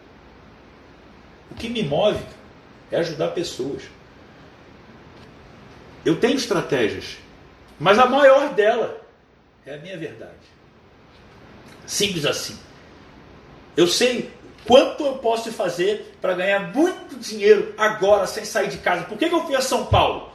O que me move é ajudar pessoas. Eu tenho estratégias, mas a maior dela é a minha verdade. Simples assim. Eu sei quanto eu posso fazer para ganhar muito dinheiro agora, sem sair de casa. Por que eu fui a São Paulo?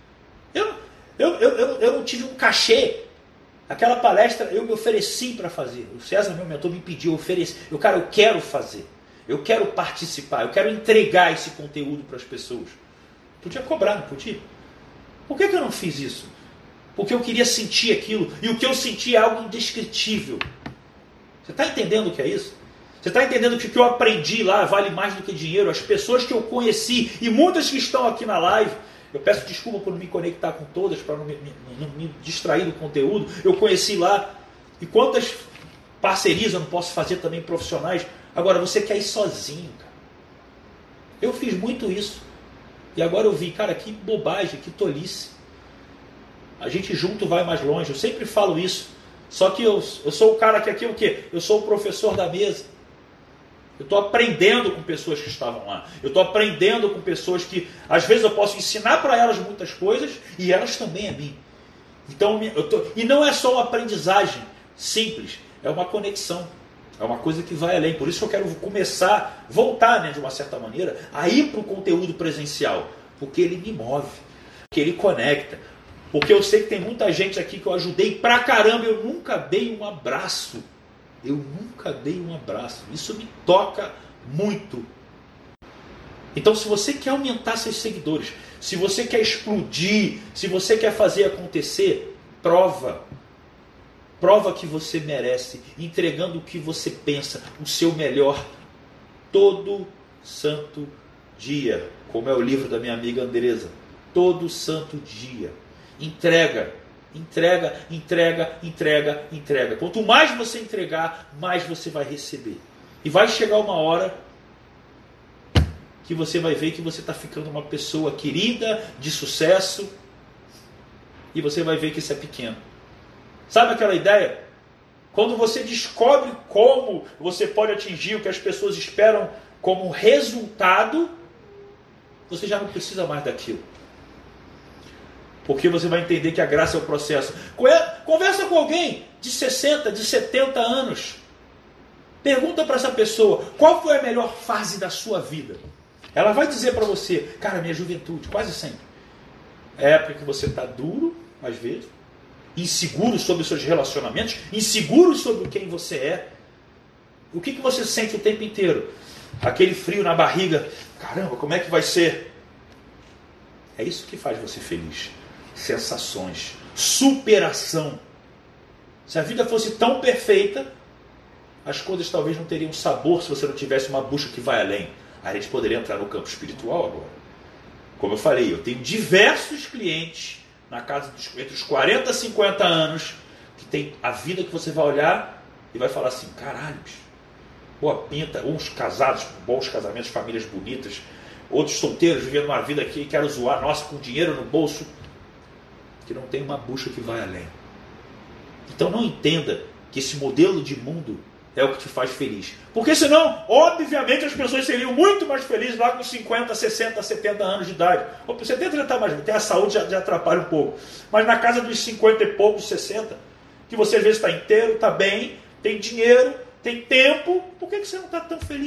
Eu não tive um cachê. Aquela palestra eu me ofereci para fazer. O César, meu mentor, me pediu, eu quero fazer. Eu quero participar, eu quero entregar esse conteúdo para as pessoas. Podia cobrar, não podia? Por que eu não fiz isso? Porque eu queria sentir aquilo, e o que eu senti é algo indescritível. Você está entendendo o que é isso? Você está entendendo que o que eu aprendi lá vale mais do que dinheiro? As pessoas que eu conheci, e muitas que estão aqui na live, eu peço desculpa por não me conectar com todas, para não me distrair do conteúdo, eu conheci lá, e quantas parcerias eu não posso fazer também profissionais. Agora, você quer ir sozinho, cara. Eu fiz muito isso. E agora eu vi, cara, que bobagem, que tolice. A gente junto vai mais longe. Eu sempre falo isso. Só que eu sou o cara que aqui é o quê? Eu sou o professor da mesa. Eu estou aprendendo com pessoas que estavam lá. Eu estou aprendendo com pessoas que, às vezes, eu posso ensinar para elas muitas coisas e elas também a mim. Então, e não é só uma aprendizagem simples, é uma conexão. É uma coisa que vai além. Por isso que eu quero voltar, né, de uma certa maneira, a ir para o conteúdo presencial. Porque ele me move, porque ele conecta. Porque eu sei que tem muita gente aqui que eu ajudei pra caramba. Eu nunca dei um abraço. Isso me toca muito. Então, se você quer aumentar seus seguidores, se você quer explodir, se você quer fazer acontecer, prova que você merece, entregando o que você pensa, o seu melhor, todo santo dia. Como é o livro da minha amiga Andresa. Todo santo dia. Entrega. Quanto mais você entregar, mais você vai receber. E vai chegar uma hora que você vai ver que você está ficando uma pessoa querida, de sucesso, e você vai ver que isso é pequeno. Sabe aquela ideia? Quando você descobre como você pode atingir o que as pessoas esperam como resultado, você já não precisa mais daquilo. Porque você vai entender que a graça é o processo. Conversa com alguém de 60, de 70 anos. Pergunta para essa pessoa, qual foi a melhor fase da sua vida? Ela vai dizer para você, cara, minha juventude, quase sempre. É a época que você está duro, às vezes, inseguro sobre os seus relacionamentos, inseguro sobre quem você é. O que você sente o tempo inteiro? Aquele frio na barriga. Caramba, como é que vai ser? É isso que faz você feliz. Sensações, superação. Se a vida fosse tão perfeita, as coisas talvez não teriam sabor se você não tivesse uma busca que vai além. Aí a gente poderia entrar no campo espiritual agora. Como eu falei, eu tenho diversos clientes na casa entre os 40 e 50 anos que tem a vida que você vai olhar e vai falar assim, caralho, boa pinta, uns casados, bons casamentos, famílias bonitas, outros solteiros vivendo uma vida que quero zoar, nossa, com dinheiro no bolso, que não tem uma busca que vai além. Então não entenda que esse modelo de mundo é o que te faz feliz. Porque senão, obviamente, as pessoas seriam muito mais felizes lá com 50, 60, 70 anos de idade. O 70 já está mais, tem a saúde, já atrapalha um pouco. Mas na casa dos 50 e poucos, 60, que você às vezes está inteiro, está bem, tem dinheiro, tem tempo, por que você não está tão feliz?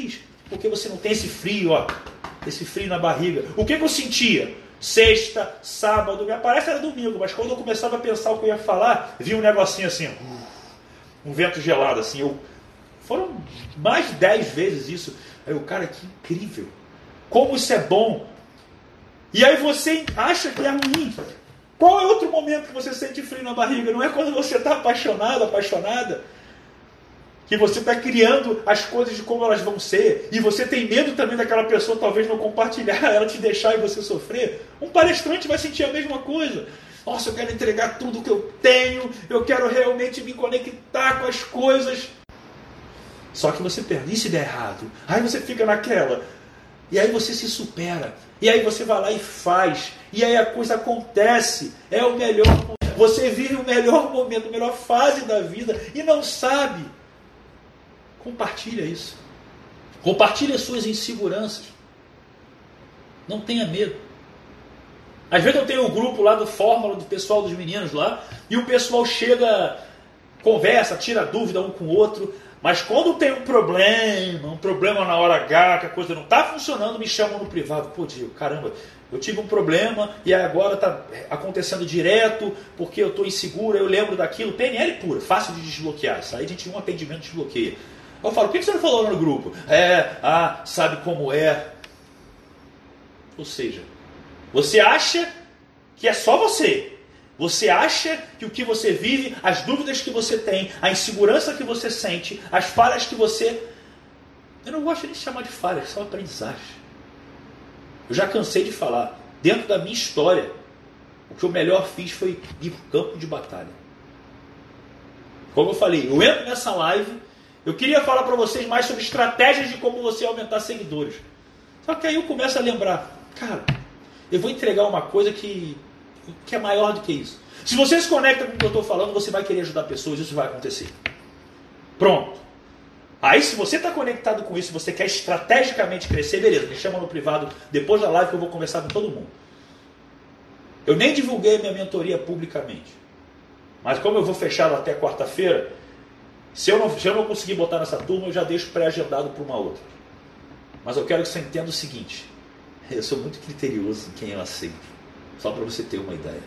Porque você não tem esse frio, ó, esse frio na barriga. O que eu sentia? Sexta, sábado, parece que era domingo, mas quando eu começava a pensar o que eu ia falar, vi um negocinho assim, um vento gelado assim. Foram mais de 10 vezes isso. Aí o cara, que incrível. Como isso é bom. E aí você acha que é ruim. Qual é outro momento que você sente frio na barriga? Não é quando você está apaixonado, apaixonada? Que você está criando as coisas de como elas vão ser. E você tem medo também daquela pessoa talvez não compartilhar, ela te deixar e você sofrer. Um palestrante vai sentir a mesma coisa. Nossa, eu quero entregar tudo que eu tenho. Eu quero realmente me conectar com as coisas. Só que você perde. E se der errado? Aí você fica naquela. E aí você se supera. E aí você vai lá e faz. E aí a coisa acontece. É o melhor momento. Você vive o melhor momento, a melhor fase da vida e não sabe. Compartilha isso. Compartilha as suas inseguranças. Não tenha medo. Às vezes eu tenho um grupo lá do Fórmula, do pessoal dos meninos lá, e o pessoal chega, conversa, tira dúvida um com o outro, mas quando tem um problema na hora H, que a coisa não está funcionando, me chamam no privado. Pô, Diego, caramba, eu tive um problema e agora está acontecendo direto, porque eu estou inseguro, eu lembro daquilo. PNL pura, fácil de desbloquear. Isso aí a gente um atendimento desbloqueia. Eu falo, por que você não falou no grupo? Sabe como é. Ou seja, você acha que é só você. Você acha que o que você vive, as dúvidas que você tem, a insegurança que você sente, as falhas que você... Eu não gosto de chamar de falhas, são aprendizagens. Eu já cansei de falar. Dentro da minha história, o que eu melhor fiz foi ir para o campo de batalha. Como eu falei, eu entro nessa live, eu queria falar para vocês mais sobre estratégias de como você aumentar seguidores. Só que aí eu começo a lembrar, cara, eu vou entregar uma coisa que é maior do que isso. Se você se conecta com o que eu estou falando, você vai querer ajudar pessoas, isso vai acontecer. Pronto. Aí se você está conectado com isso, você quer estrategicamente crescer, beleza, me chama no privado depois da live que eu vou conversar com todo mundo. Eu nem divulguei a minha mentoria publicamente. Mas como eu vou fechá-la até quarta-feira, se eu não conseguir botar nessa turma, eu já deixo pré-agendado para uma outra. Mas eu quero que você entenda o seguinte, eu sou muito criterioso em quem eu aceito. Só para você ter uma ideia.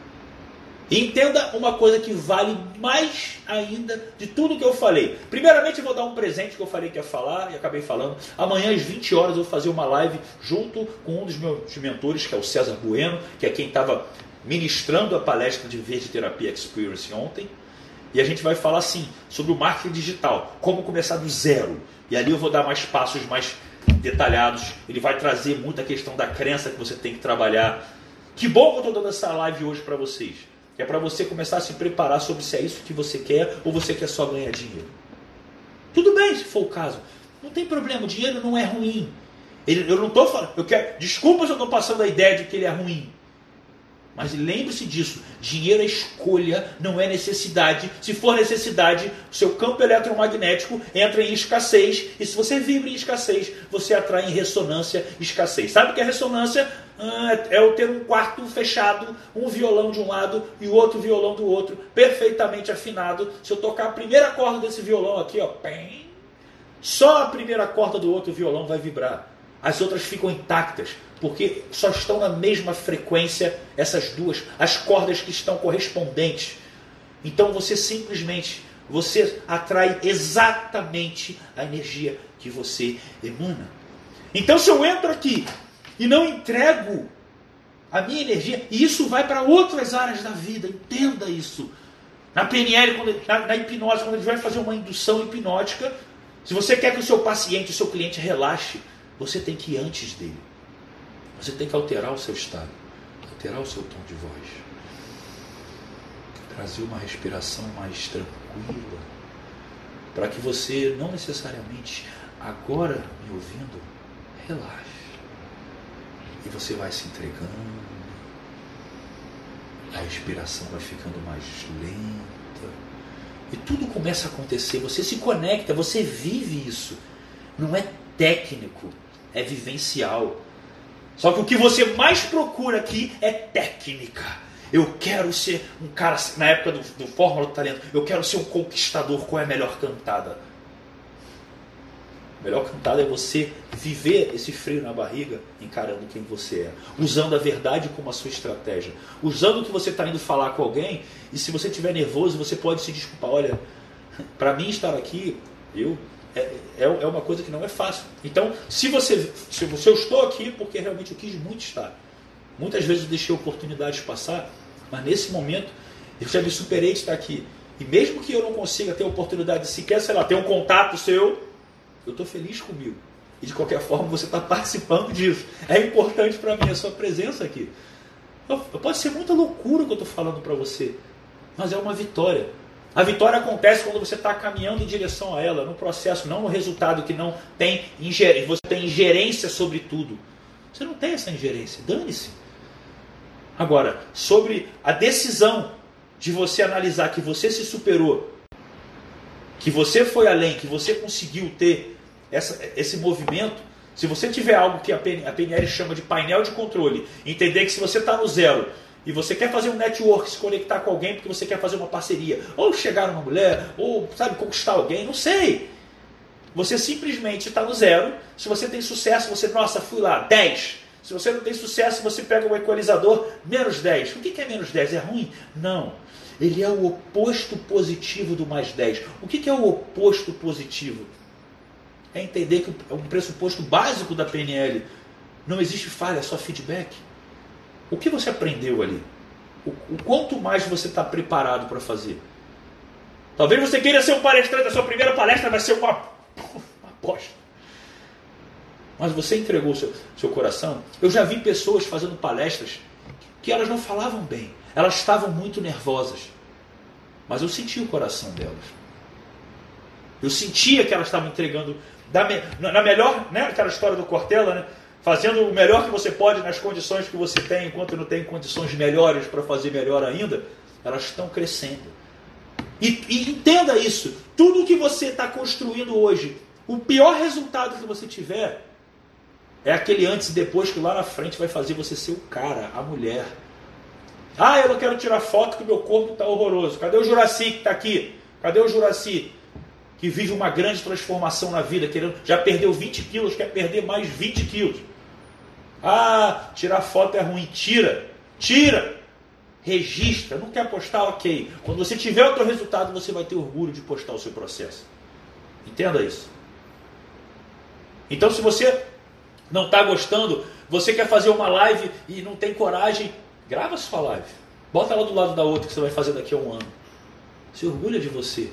E entenda uma coisa que vale mais ainda de tudo que eu falei. Primeiramente eu vou dar um presente que eu falei que ia falar e acabei falando. Amanhã às 20 horas eu vou fazer uma live junto com um dos meus mentores, que é o César Bueno, que é quem estava ministrando a palestra de Verde Terapia Experience ontem. E a gente vai falar assim, sobre o marketing digital, como começar do zero. E ali eu vou dar mais passos mais detalhados. Ele vai trazer muita questão da crença que você tem que trabalhar. Que bom que eu estou dando essa live hoje para vocês. É para você começar a se preparar sobre se é isso que você quer ou você quer só ganhar dinheiro. Tudo bem se for o caso. Não tem problema, o dinheiro não é ruim. Eu não estou falando, desculpa se eu estou passando a ideia de que ele é ruim. Mas lembre-se disso, dinheiro é escolha, não é necessidade. Se for necessidade, o seu campo eletromagnético entra em escassez. E se você vibra em escassez, você atrai em ressonância escassez. Sabe o que é ressonância? É eu ter um quarto fechado, um violão de um lado e o outro violão do outro, perfeitamente afinado. Se eu tocar a primeira corda desse violão aqui, ó, só a primeira corda do outro violão vai vibrar. As outras ficam intactas, porque só estão na mesma frequência essas duas, as cordas que estão correspondentes. Então você simplesmente, você atrai exatamente a energia que você emana. Então se eu entro aqui e não entrego a minha energia, e isso vai para outras áreas da vida, entenda isso. Na PNL, na hipnose, quando a gente vai fazer uma indução hipnótica, se você quer que o seu paciente, o seu cliente relaxe, você tem que ir antes dele. Você tem que alterar o seu estado, alterar o seu tom de voz, trazer uma respiração mais tranquila, para que você não necessariamente, agora me ouvindo, relaxe. E você vai se entregando, a respiração vai ficando mais lenta, e tudo começa a acontecer, você se conecta, você vive isso. Não é técnico, é vivencial. Só que o que você mais procura aqui é técnica. Eu quero ser um cara, na época do Fórmula do Talento, eu quero ser um conquistador, qual é a melhor cantada? A melhor cantada é você viver esse frio na barriga encarando quem você é. Usando a verdade como a sua estratégia. Usando que você está indo falar com alguém e se você estiver nervoso, você pode se desculpar. Olha, para mim estar aqui, é uma coisa que não é fácil. Então, se eu estou aqui, porque realmente eu quis muito estar. Muitas vezes eu deixei oportunidades passar, mas nesse momento eu já me superei de estar aqui. E mesmo que eu não consiga ter a oportunidade de sequer, sei lá, ter um contato seu, eu estou feliz comigo. E de qualquer forma você está participando disso. É importante para mim a sua presença aqui. Pode ser muita loucura que eu estou falando para você, mas é uma vitória. A vitória acontece quando você está caminhando em direção a ela, no processo, não no resultado que não tem ingerência. Você tem ingerência sobre tudo. Você não tem essa ingerência, dane-se. Agora, sobre a decisão de você analisar que você se superou, que você foi além, que você conseguiu ter esse movimento, se você tiver algo que a PNL chama de painel de controle, entender que se você está no zero e você quer fazer um network, se conectar com alguém porque você quer fazer uma parceria, ou chegar numa mulher, ou sabe, conquistar alguém, não sei. Você simplesmente está no zero. Se você tem sucesso, você, nossa, fui lá, 10. Se você não tem sucesso, você pega um equalizador, menos 10. O que é menos 10? É ruim? Não. Ele é o oposto positivo do mais 10. O que é o oposto positivo? É entender que é um pressuposto básico da PNL. Não existe falha, é só feedback. O que você aprendeu ali? O quanto mais você está preparado para fazer? Talvez você queira ser um palestrante, a sua primeira palestra vai ser uma bosta. Mas você entregou seu coração. Eu já vi pessoas fazendo palestras que elas não falavam bem. Elas estavam muito nervosas. Mas eu senti o coração delas. Eu sentia que elas estavam entregando na melhor, né, aquela história do Cortella, né, fazendo o melhor que você pode nas condições que você tem, enquanto não tem condições melhores para fazer melhor ainda, elas estão crescendo. E entenda isso. Tudo que você está construindo hoje, o pior resultado que você tiver é aquele antes e depois que lá na frente vai fazer você ser o cara, a mulher. Ah, eu não quero tirar foto que o meu corpo está horroroso. Cadê o Juraci que está aqui? Cadê o Juraci? Que vive uma grande transformação na vida, já perdeu 20 quilos, quer perder mais 20 quilos. Ah, tirar foto é ruim. Tira. Registra. Não quer postar? Ok. Quando você tiver o teu resultado, você vai ter orgulho de postar o seu processo. Entenda isso. Então, se você não está gostando, você quer fazer uma live e não tem coragem, grava sua live. Bota ela do lado da outra que você vai fazer daqui a um ano. Se orgulha de você.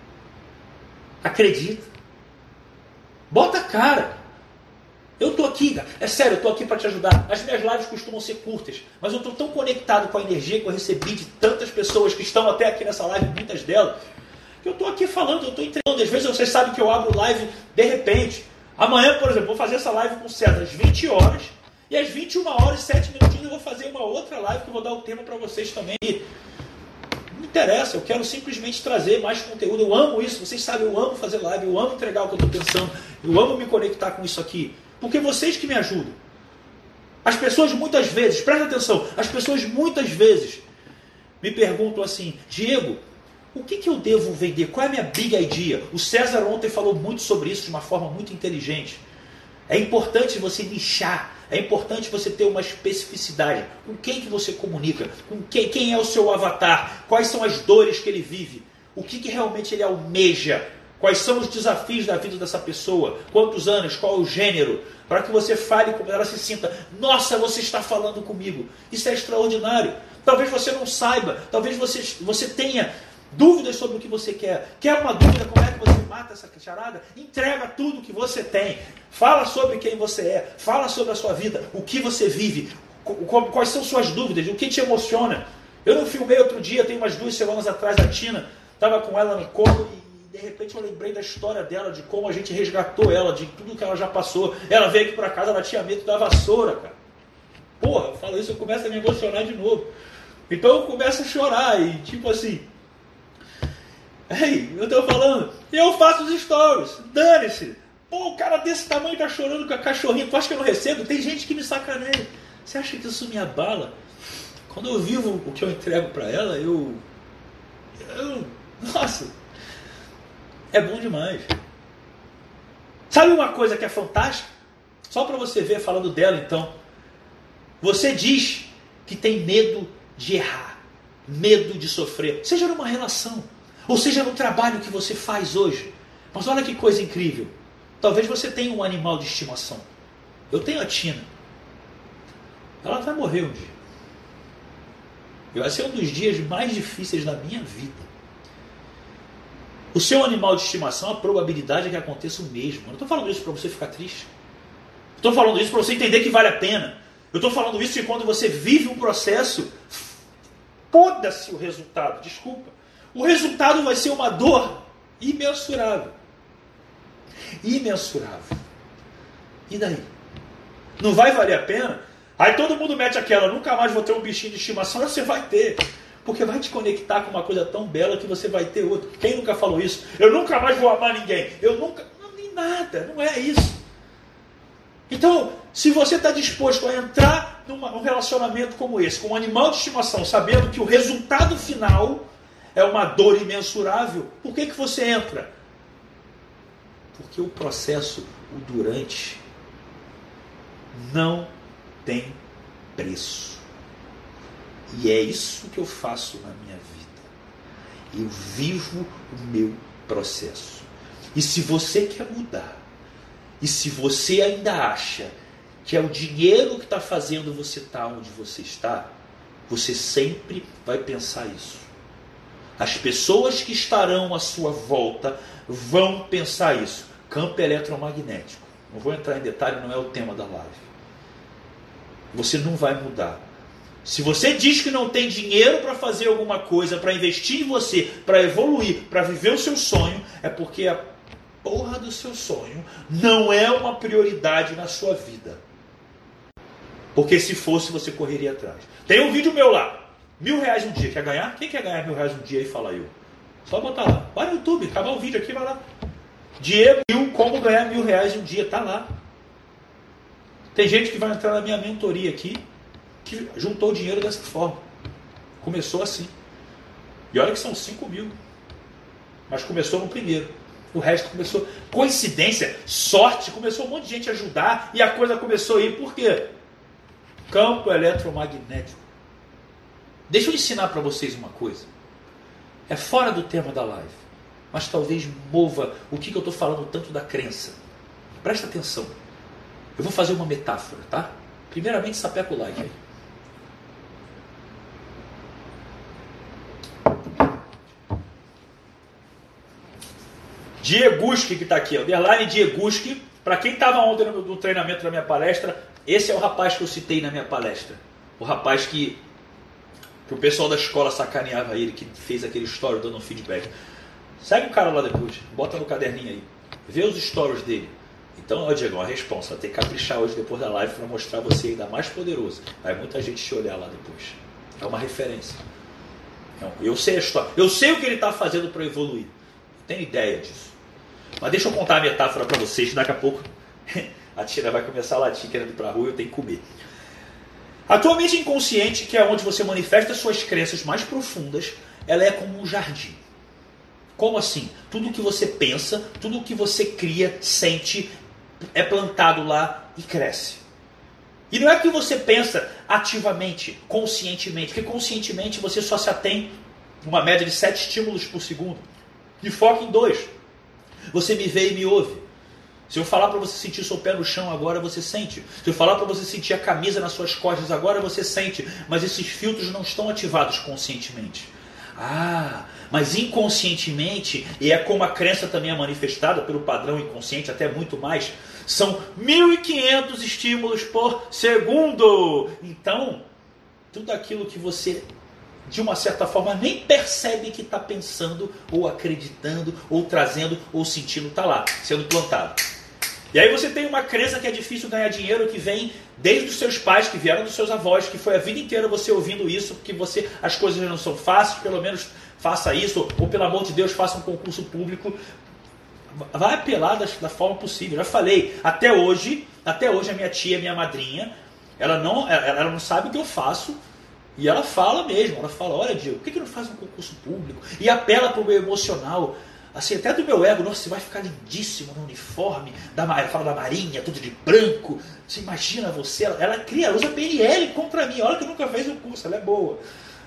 Acredita. Bota a cara. Eu estou aqui, cara. É sério, eu estou aqui para te ajudar. As minhas lives costumam ser curtas, mas eu estou tão conectado com a energia que eu recebi de tantas pessoas que estão até aqui nessa live, muitas delas, que eu estou aqui falando, eu estou entregando. Às vezes vocês sabem que eu abro live de repente. Amanhã, por exemplo, vou fazer essa live com o César às 20 horas e às 21 horas e 7 minutinhos eu vou fazer uma outra live que eu vou dar o tema para vocês também. Não interessa, eu quero simplesmente trazer mais conteúdo. Eu amo isso, vocês sabem, eu amo fazer live, eu amo entregar o que eu estou pensando, eu amo me conectar com isso aqui. Porque vocês que me ajudam. As pessoas muitas vezes, presta atenção, as pessoas muitas vezes me perguntam assim, Diego, o que eu devo vender? Qual é a minha big idea? O César ontem falou muito sobre isso de uma forma muito inteligente. É importante você nichar, é importante você ter uma especificidade. Com quem que você comunica? Com quem é o seu avatar? Quais são as dores que ele vive? O que realmente ele almeja? Quais são os desafios da vida dessa pessoa? Quantos anos? Qual é o gênero? Para que você fale com ela, se sinta, nossa, você está falando comigo. Isso é extraordinário. Talvez você não saiba, talvez você tenha dúvidas sobre o que você quer. Quer uma dúvida? Como é que você mata essa charada? Entrega tudo que você tem. Fala sobre quem você é. Fala sobre a sua vida. O que você vive. Quais são suas dúvidas. O que te emociona. Eu não filmei outro dia, tem umas 2 semanas atrás, a Tina. Estava com ela no colo e de repente eu lembrei da história dela, de como a gente resgatou ela, de tudo que ela já passou. Ela veio aqui para casa, ela tinha medo da vassoura, cara. Porra, eu falo isso, eu começo a me emocionar de novo. Então eu começo a chorar e tipo assim... Ei, eu tô falando, eu faço os stories, dane-se. Pô, o cara desse tamanho tá chorando com a cachorrinha, tu acha que eu não recebo? Tem gente que me sacaneia. Você acha que isso me abala? Quando eu vivo o que eu entrego pra ela, nossa, é bom demais. Sabe uma coisa que é fantástica? Só para você ver, falando dela então. Você diz que tem medo de errar, medo de sofrer, seja numa relação, ou seja no trabalho que você faz hoje. Mas olha que coisa incrível. Talvez você tenha um animal de estimação. Eu tenho a Tina. Ela vai morrer um dia. E vai ser um dos dias mais difíceis da minha vida. O seu animal de estimação, a probabilidade é que aconteça o mesmo. Eu não estou falando isso para você ficar triste. Estou falando isso para você entender que vale a pena. Eu estou falando isso que quando você vive um processo, foda-se o resultado, desculpa. O resultado vai ser uma dor imensurável. Imensurável. E daí? Não vai valer a pena? Aí todo mundo mete aquela, nunca mais vou ter um bichinho de estimação. Você vai ter. Porque vai te conectar com uma coisa tão bela que você vai ter outra. Quem nunca falou isso? Eu nunca mais vou amar ninguém. Eu nunca... Não, nem nada. Não é isso. Então, se você está disposto a entrar num relacionamento como esse, com um animal de estimação, sabendo que o resultado final é uma dor imensurável, por que você entra? Porque o processo, o durante, não tem preço. E é isso que eu faço na minha vida. Eu vivo o meu processo. E se você quer mudar, e se você ainda acha que é o dinheiro que está fazendo você estar onde você está, você sempre vai pensar isso. As pessoas que estarão à sua volta vão pensar isso. Campo eletromagnético. Não vou entrar em detalhe, não é o tema da live. Você não vai mudar. Se você diz que não tem dinheiro para fazer alguma coisa, para investir em você, para evoluir, para viver o seu sonho, é porque a porra do seu sonho não é uma prioridade na sua vida. Porque se fosse, você correria atrás. Tem um vídeo meu lá. R$1.000 um dia. Quer ganhar? Quem quer ganhar R$1.000 um dia aí? Fala eu. Só botar lá. Vai no YouTube, acabar o vídeo aqui, vai lá. Diego, como ganhar R$1.000 um dia. Tá lá. Tem gente que vai entrar na minha mentoria aqui, que juntou dinheiro dessa forma. Começou assim. E olha que são 5.000. Mas começou no primeiro. O resto começou... Coincidência, sorte, começou um monte de gente a ajudar e a coisa começou a ir. Por quê? Campo eletromagnético. Deixa eu ensinar para vocês uma coisa. É fora do tema da live. Mas talvez mova o que eu estou falando tanto da crença. Presta atenção. Eu vou fazer uma metáfora, tá? Primeiramente, sapeca o like aí. Dieguski, que está aqui, underline Dieguski. Para quem estava ontem no treinamento da minha palestra, esse é o rapaz que eu citei na minha palestra. O rapaz que o pessoal da escola sacaneava ele, que fez aquele story dando um feedback. Segue o cara lá depois, bota no caderninho aí. Vê os stories dele. Então, ó, Diego, a responsa, tem que caprichar hoje depois da live para mostrar você ainda mais poderoso. Vai muita gente te olhar lá depois. É uma referência. Eu sei a história. Eu sei o que ele está fazendo para evoluir. Eu tenho ideia disso. Mas deixa eu contar a metáfora para vocês. Daqui a pouco a Tina vai começar a latir querendo ir para a rua e eu tenho que comer. A tua mente inconsciente, que é onde você manifesta suas crenças mais profundas, ela é como um jardim. Como assim? Tudo que você pensa, tudo que você cria, sente, é plantado lá e cresce. E não é que você pensa ativamente, conscientemente, porque conscientemente você só se atém uma média de 7 estímulos por segundo. E foca em 2. Você me vê e me ouve. Se eu falar para você sentir seu pé no chão agora, você sente. Se eu falar para você sentir a camisa nas suas costas agora, você sente. Mas esses filtros não estão ativados conscientemente. Ah, mas inconscientemente, e é como a crença também é manifestada pelo padrão inconsciente, até muito mais, são 1.500 estímulos por segundo. Então, tudo aquilo que você, de uma certa forma, nem percebe que está pensando, ou acreditando, ou trazendo, ou sentindo, está lá, sendo plantado. E aí você tem uma crença que é difícil ganhar dinheiro, que vem desde os seus pais, que vieram dos seus avós, que foi a vida inteira você ouvindo isso, porque as coisas não são fáceis, pelo menos faça isso, ou pelo amor de Deus, faça um concurso público. Vai apelar da forma possível. Já falei, até hoje a minha tia, minha madrinha, ela não sabe o que eu faço, e ela fala mesmo, ela fala, olha Diego, por que não faz um concurso público? E apela para o meu emocional. assim, até do meu ego, nossa, você vai ficar lindíssimo no uniforme, fala da Marinha, tudo de branco. Você imagina você, ela usa PNL contra mim, olha que nunca fez o curso, ela é boa.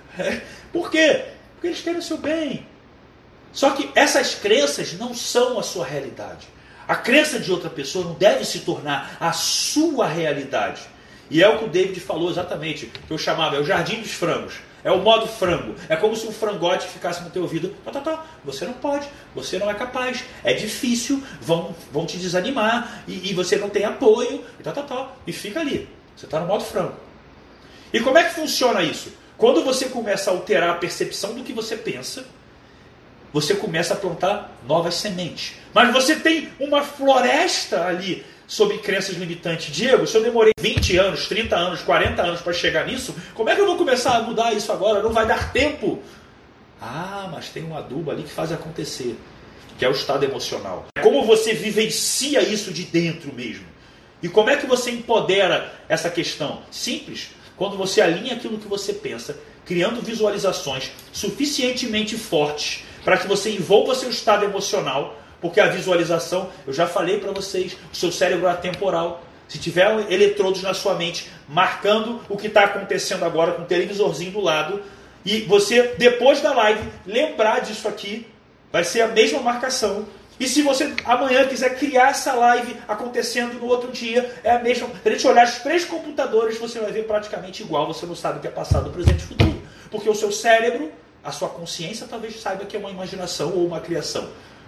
Por quê? Porque eles querem o seu bem. Só que essas crenças não são a sua realidade. A crença de outra pessoa não deve se tornar a sua realidade. E é o que o David falou exatamente, que eu chamava, é o jardim dos frangos. É o modo frango. É como se um frangote ficasse no teu ouvido. Você não pode, você não é capaz, é difícil, vão te desanimar, e você não tem apoio, e fica ali. Você está no modo frango. E como é que funciona isso? Quando você começa a alterar a percepção do que você pensa, você começa a plantar novas sementes. Mas você tem uma floresta ali sobre crenças limitantes. Diego, se eu demorei 20 anos, 30 anos, 40 anos para chegar nisso, como é que eu vou começar a mudar isso agora? Não vai dar tempo. Ah, mas tem um adubo ali que faz acontecer, que é o estado emocional. Como você vivencia isso de dentro mesmo? E como é que você empodera essa questão? Simples. Quando você alinha aquilo que você pensa, criando visualizações suficientemente fortes para que você envolva seu estado emocional, porque a visualização, eu já falei para vocês, o seu cérebro é atemporal. Se tiver eletrodos na sua mente marcando o que está acontecendo agora com o televisorzinho do lado, e você, depois da live, lembrar disso aqui, vai ser a mesma marcação. E se você amanhã quiser criar essa live acontecendo no outro dia, é a mesma. Se a gente olhar os 3 computadores, você vai ver praticamente igual. Você não sabe o que é passado, presente e futuro. Porque o seu cérebro, a sua consciência, talvez saiba que é uma imaginação ou uma criação.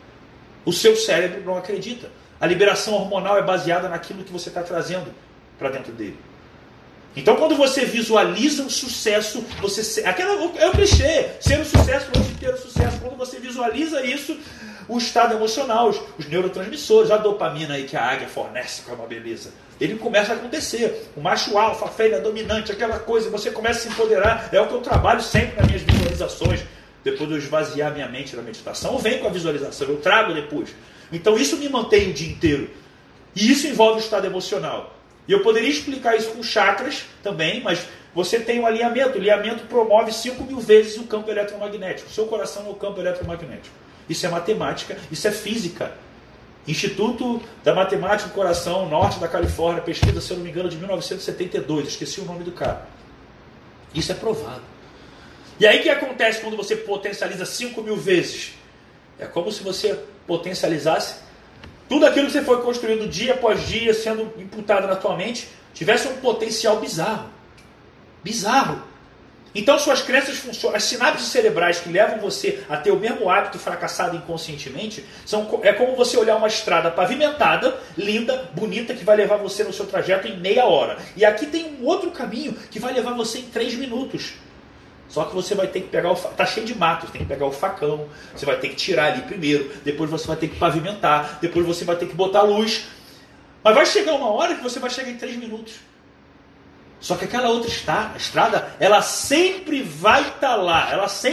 O seu cérebro não acredita. A liberação hormonal é baseada naquilo que você está trazendo para dentro dele. Então, quando você visualiza um sucesso, é o clichê, ser um sucesso antes de ter o sucesso. Quando você visualiza isso, o estado emocional, os neurotransmissores, a dopamina aí que a águia fornece, que é uma beleza, ele começa a acontecer. O macho alfa, a fêmea dominante, aquela coisa, você começa a se empoderar. É o que eu trabalho sempre nas minhas visualizações. Depois de eu esvaziar minha mente na meditação, eu venho com a visualização, eu trago depois. Então isso me mantém o dia inteiro. E isso envolve o estado emocional. E eu poderia explicar isso com chakras também, mas você tem um alinhamento. O alinhamento promove 5.000 vezes o campo eletromagnético. O seu coração é o campo eletromagnético. Isso é matemática, isso é física. Instituto da Matemática do Coração, norte da Califórnia, pesquisa, se eu não me engano, de 1972. Esqueci o nome do cara. Isso é provado. E aí o que acontece quando você potencializa 5.000 vezes? É como se você potencializasse tudo aquilo que você foi construindo dia após dia, sendo imputado na tua mente, tivesse um potencial bizarro. Bizarro. Então suas crenças funcionam. As sinapses cerebrais que levam você a ter o mesmo hábito fracassado inconscientemente, é como você olhar uma estrada pavimentada, linda, bonita, que vai levar você no seu trajeto em meia hora. E aqui tem um outro caminho que vai levar você em 3 minutos. Só que você vai ter que pegar tá cheio de mato, você tem que pegar o facão, você vai ter que tirar ali primeiro, depois você vai ter que pavimentar, depois você vai ter que botar luz. Mas vai chegar uma hora que você vai chegar em 3 minutos. Só que aquela outra estrada, ela sempre vai estar lá,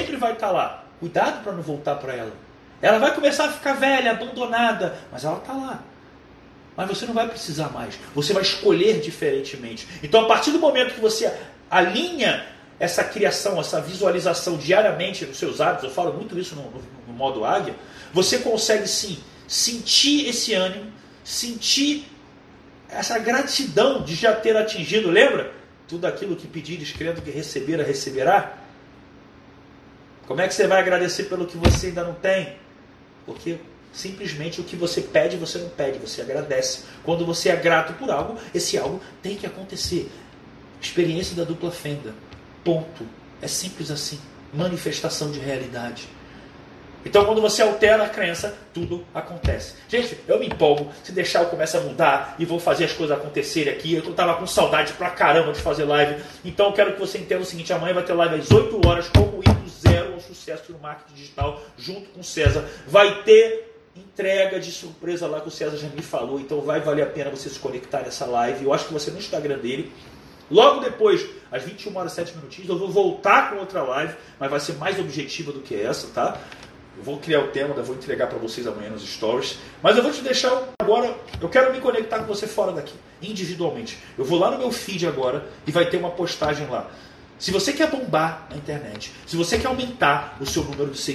Cuidado para não voltar para ela. Ela vai começar a ficar velha, abandonada, mas ela está lá. Mas você não vai precisar mais, você vai escolher diferentemente. Então a partir do momento que você alinha essa criação, essa visualização diariamente nos seus hábitos, eu falo muito isso no modo águia, você consegue sim sentir esse ânimo, sentir essa gratidão de já ter atingido, lembra? Tudo aquilo que pedires, crendo que receberá. Como é que você vai agradecer pelo que você ainda não tem? Porque simplesmente o que você pede, você não pede, você agradece. Quando você é grato por algo, esse algo tem que acontecer. Experiência da dupla fenda. Ponto. É simples assim. Manifestação de realidade. Então quando você altera a crença, tudo acontece. Gente, eu me empolgo. Se deixar eu começo a mudar e vou fazer as coisas acontecerem aqui. Eu estava com saudade pra caramba de fazer live. Então eu quero que você entenda o seguinte. Amanhã vai ter live às 8 horas. Como ir do zero ao sucesso no marketing digital junto com o César. Vai ter entrega de surpresa lá que o César já me falou. Então vai valer a pena você se conectar nessa live. Eu acho que você no Instagram dele. Logo depois, às 21 horas e 7 minutinhos, eu vou voltar com outra live, mas vai ser mais objetiva do que essa, tá? Eu vou criar o tema, eu vou entregar para vocês amanhã nos stories. Mas eu vou te deixar agora, eu quero me conectar com você fora daqui, individualmente. Eu vou lá no meu feed agora e vai ter uma postagem lá. Se você quer bombar na internet, se você quer aumentar o seu número de seguidores,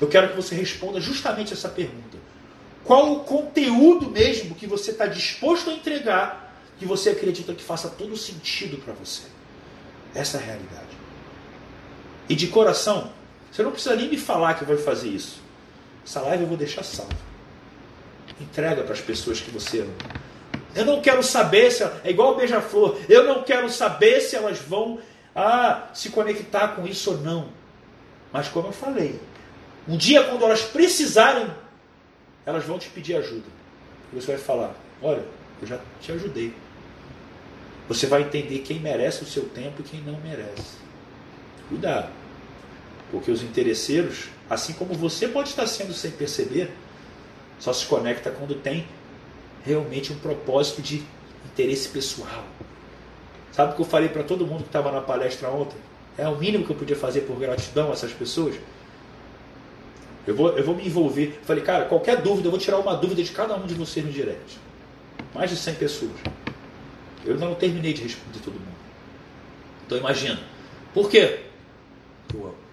Eu quero que você responda justamente essa pergunta. Qual o conteúdo mesmo que você está disposto a entregar, que você acredita que faça todo sentido para você? Essa é a realidade. E de coração, você não precisa nem me falar que vai fazer isso. Essa live eu vou deixar salva. Entrega para as pessoas que você ama. Eu não quero saber se... É igual o beija-flor. Eu não quero saber se elas vão se conectar com isso ou não. Mas como eu falei, um dia quando elas precisarem, elas vão te pedir ajuda. E você vai falar, olha, eu já te ajudei. Você vai entender quem merece o seu tempo e quem não merece. Cuidado. Porque os interesseiros, assim como você pode estar sendo sem perceber, só se conecta quando tem realmente um propósito de interesse pessoal. Sabe o que eu falei para todo mundo que estava na palestra ontem? É o mínimo que eu podia fazer por gratidão a essas pessoas. Eu vou me envolver. Eu falei, cara, qualquer dúvida, eu vou tirar uma dúvida de cada um de vocês no direct. Mais de 100 pessoas. Eu ainda não terminei de responder todo mundo. Então imagina. Por quê? Eu amo.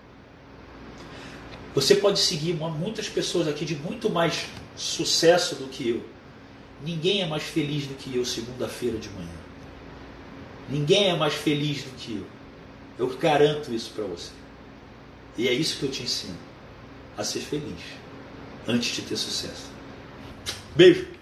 Você pode seguir muitas pessoas aqui de muito mais sucesso do que eu. Ninguém é mais feliz do que eu segunda-feira de manhã. Ninguém é mais feliz do que eu. Eu garanto isso para você. E é isso que eu te ensino. A ser feliz. Antes de ter sucesso. Beijo.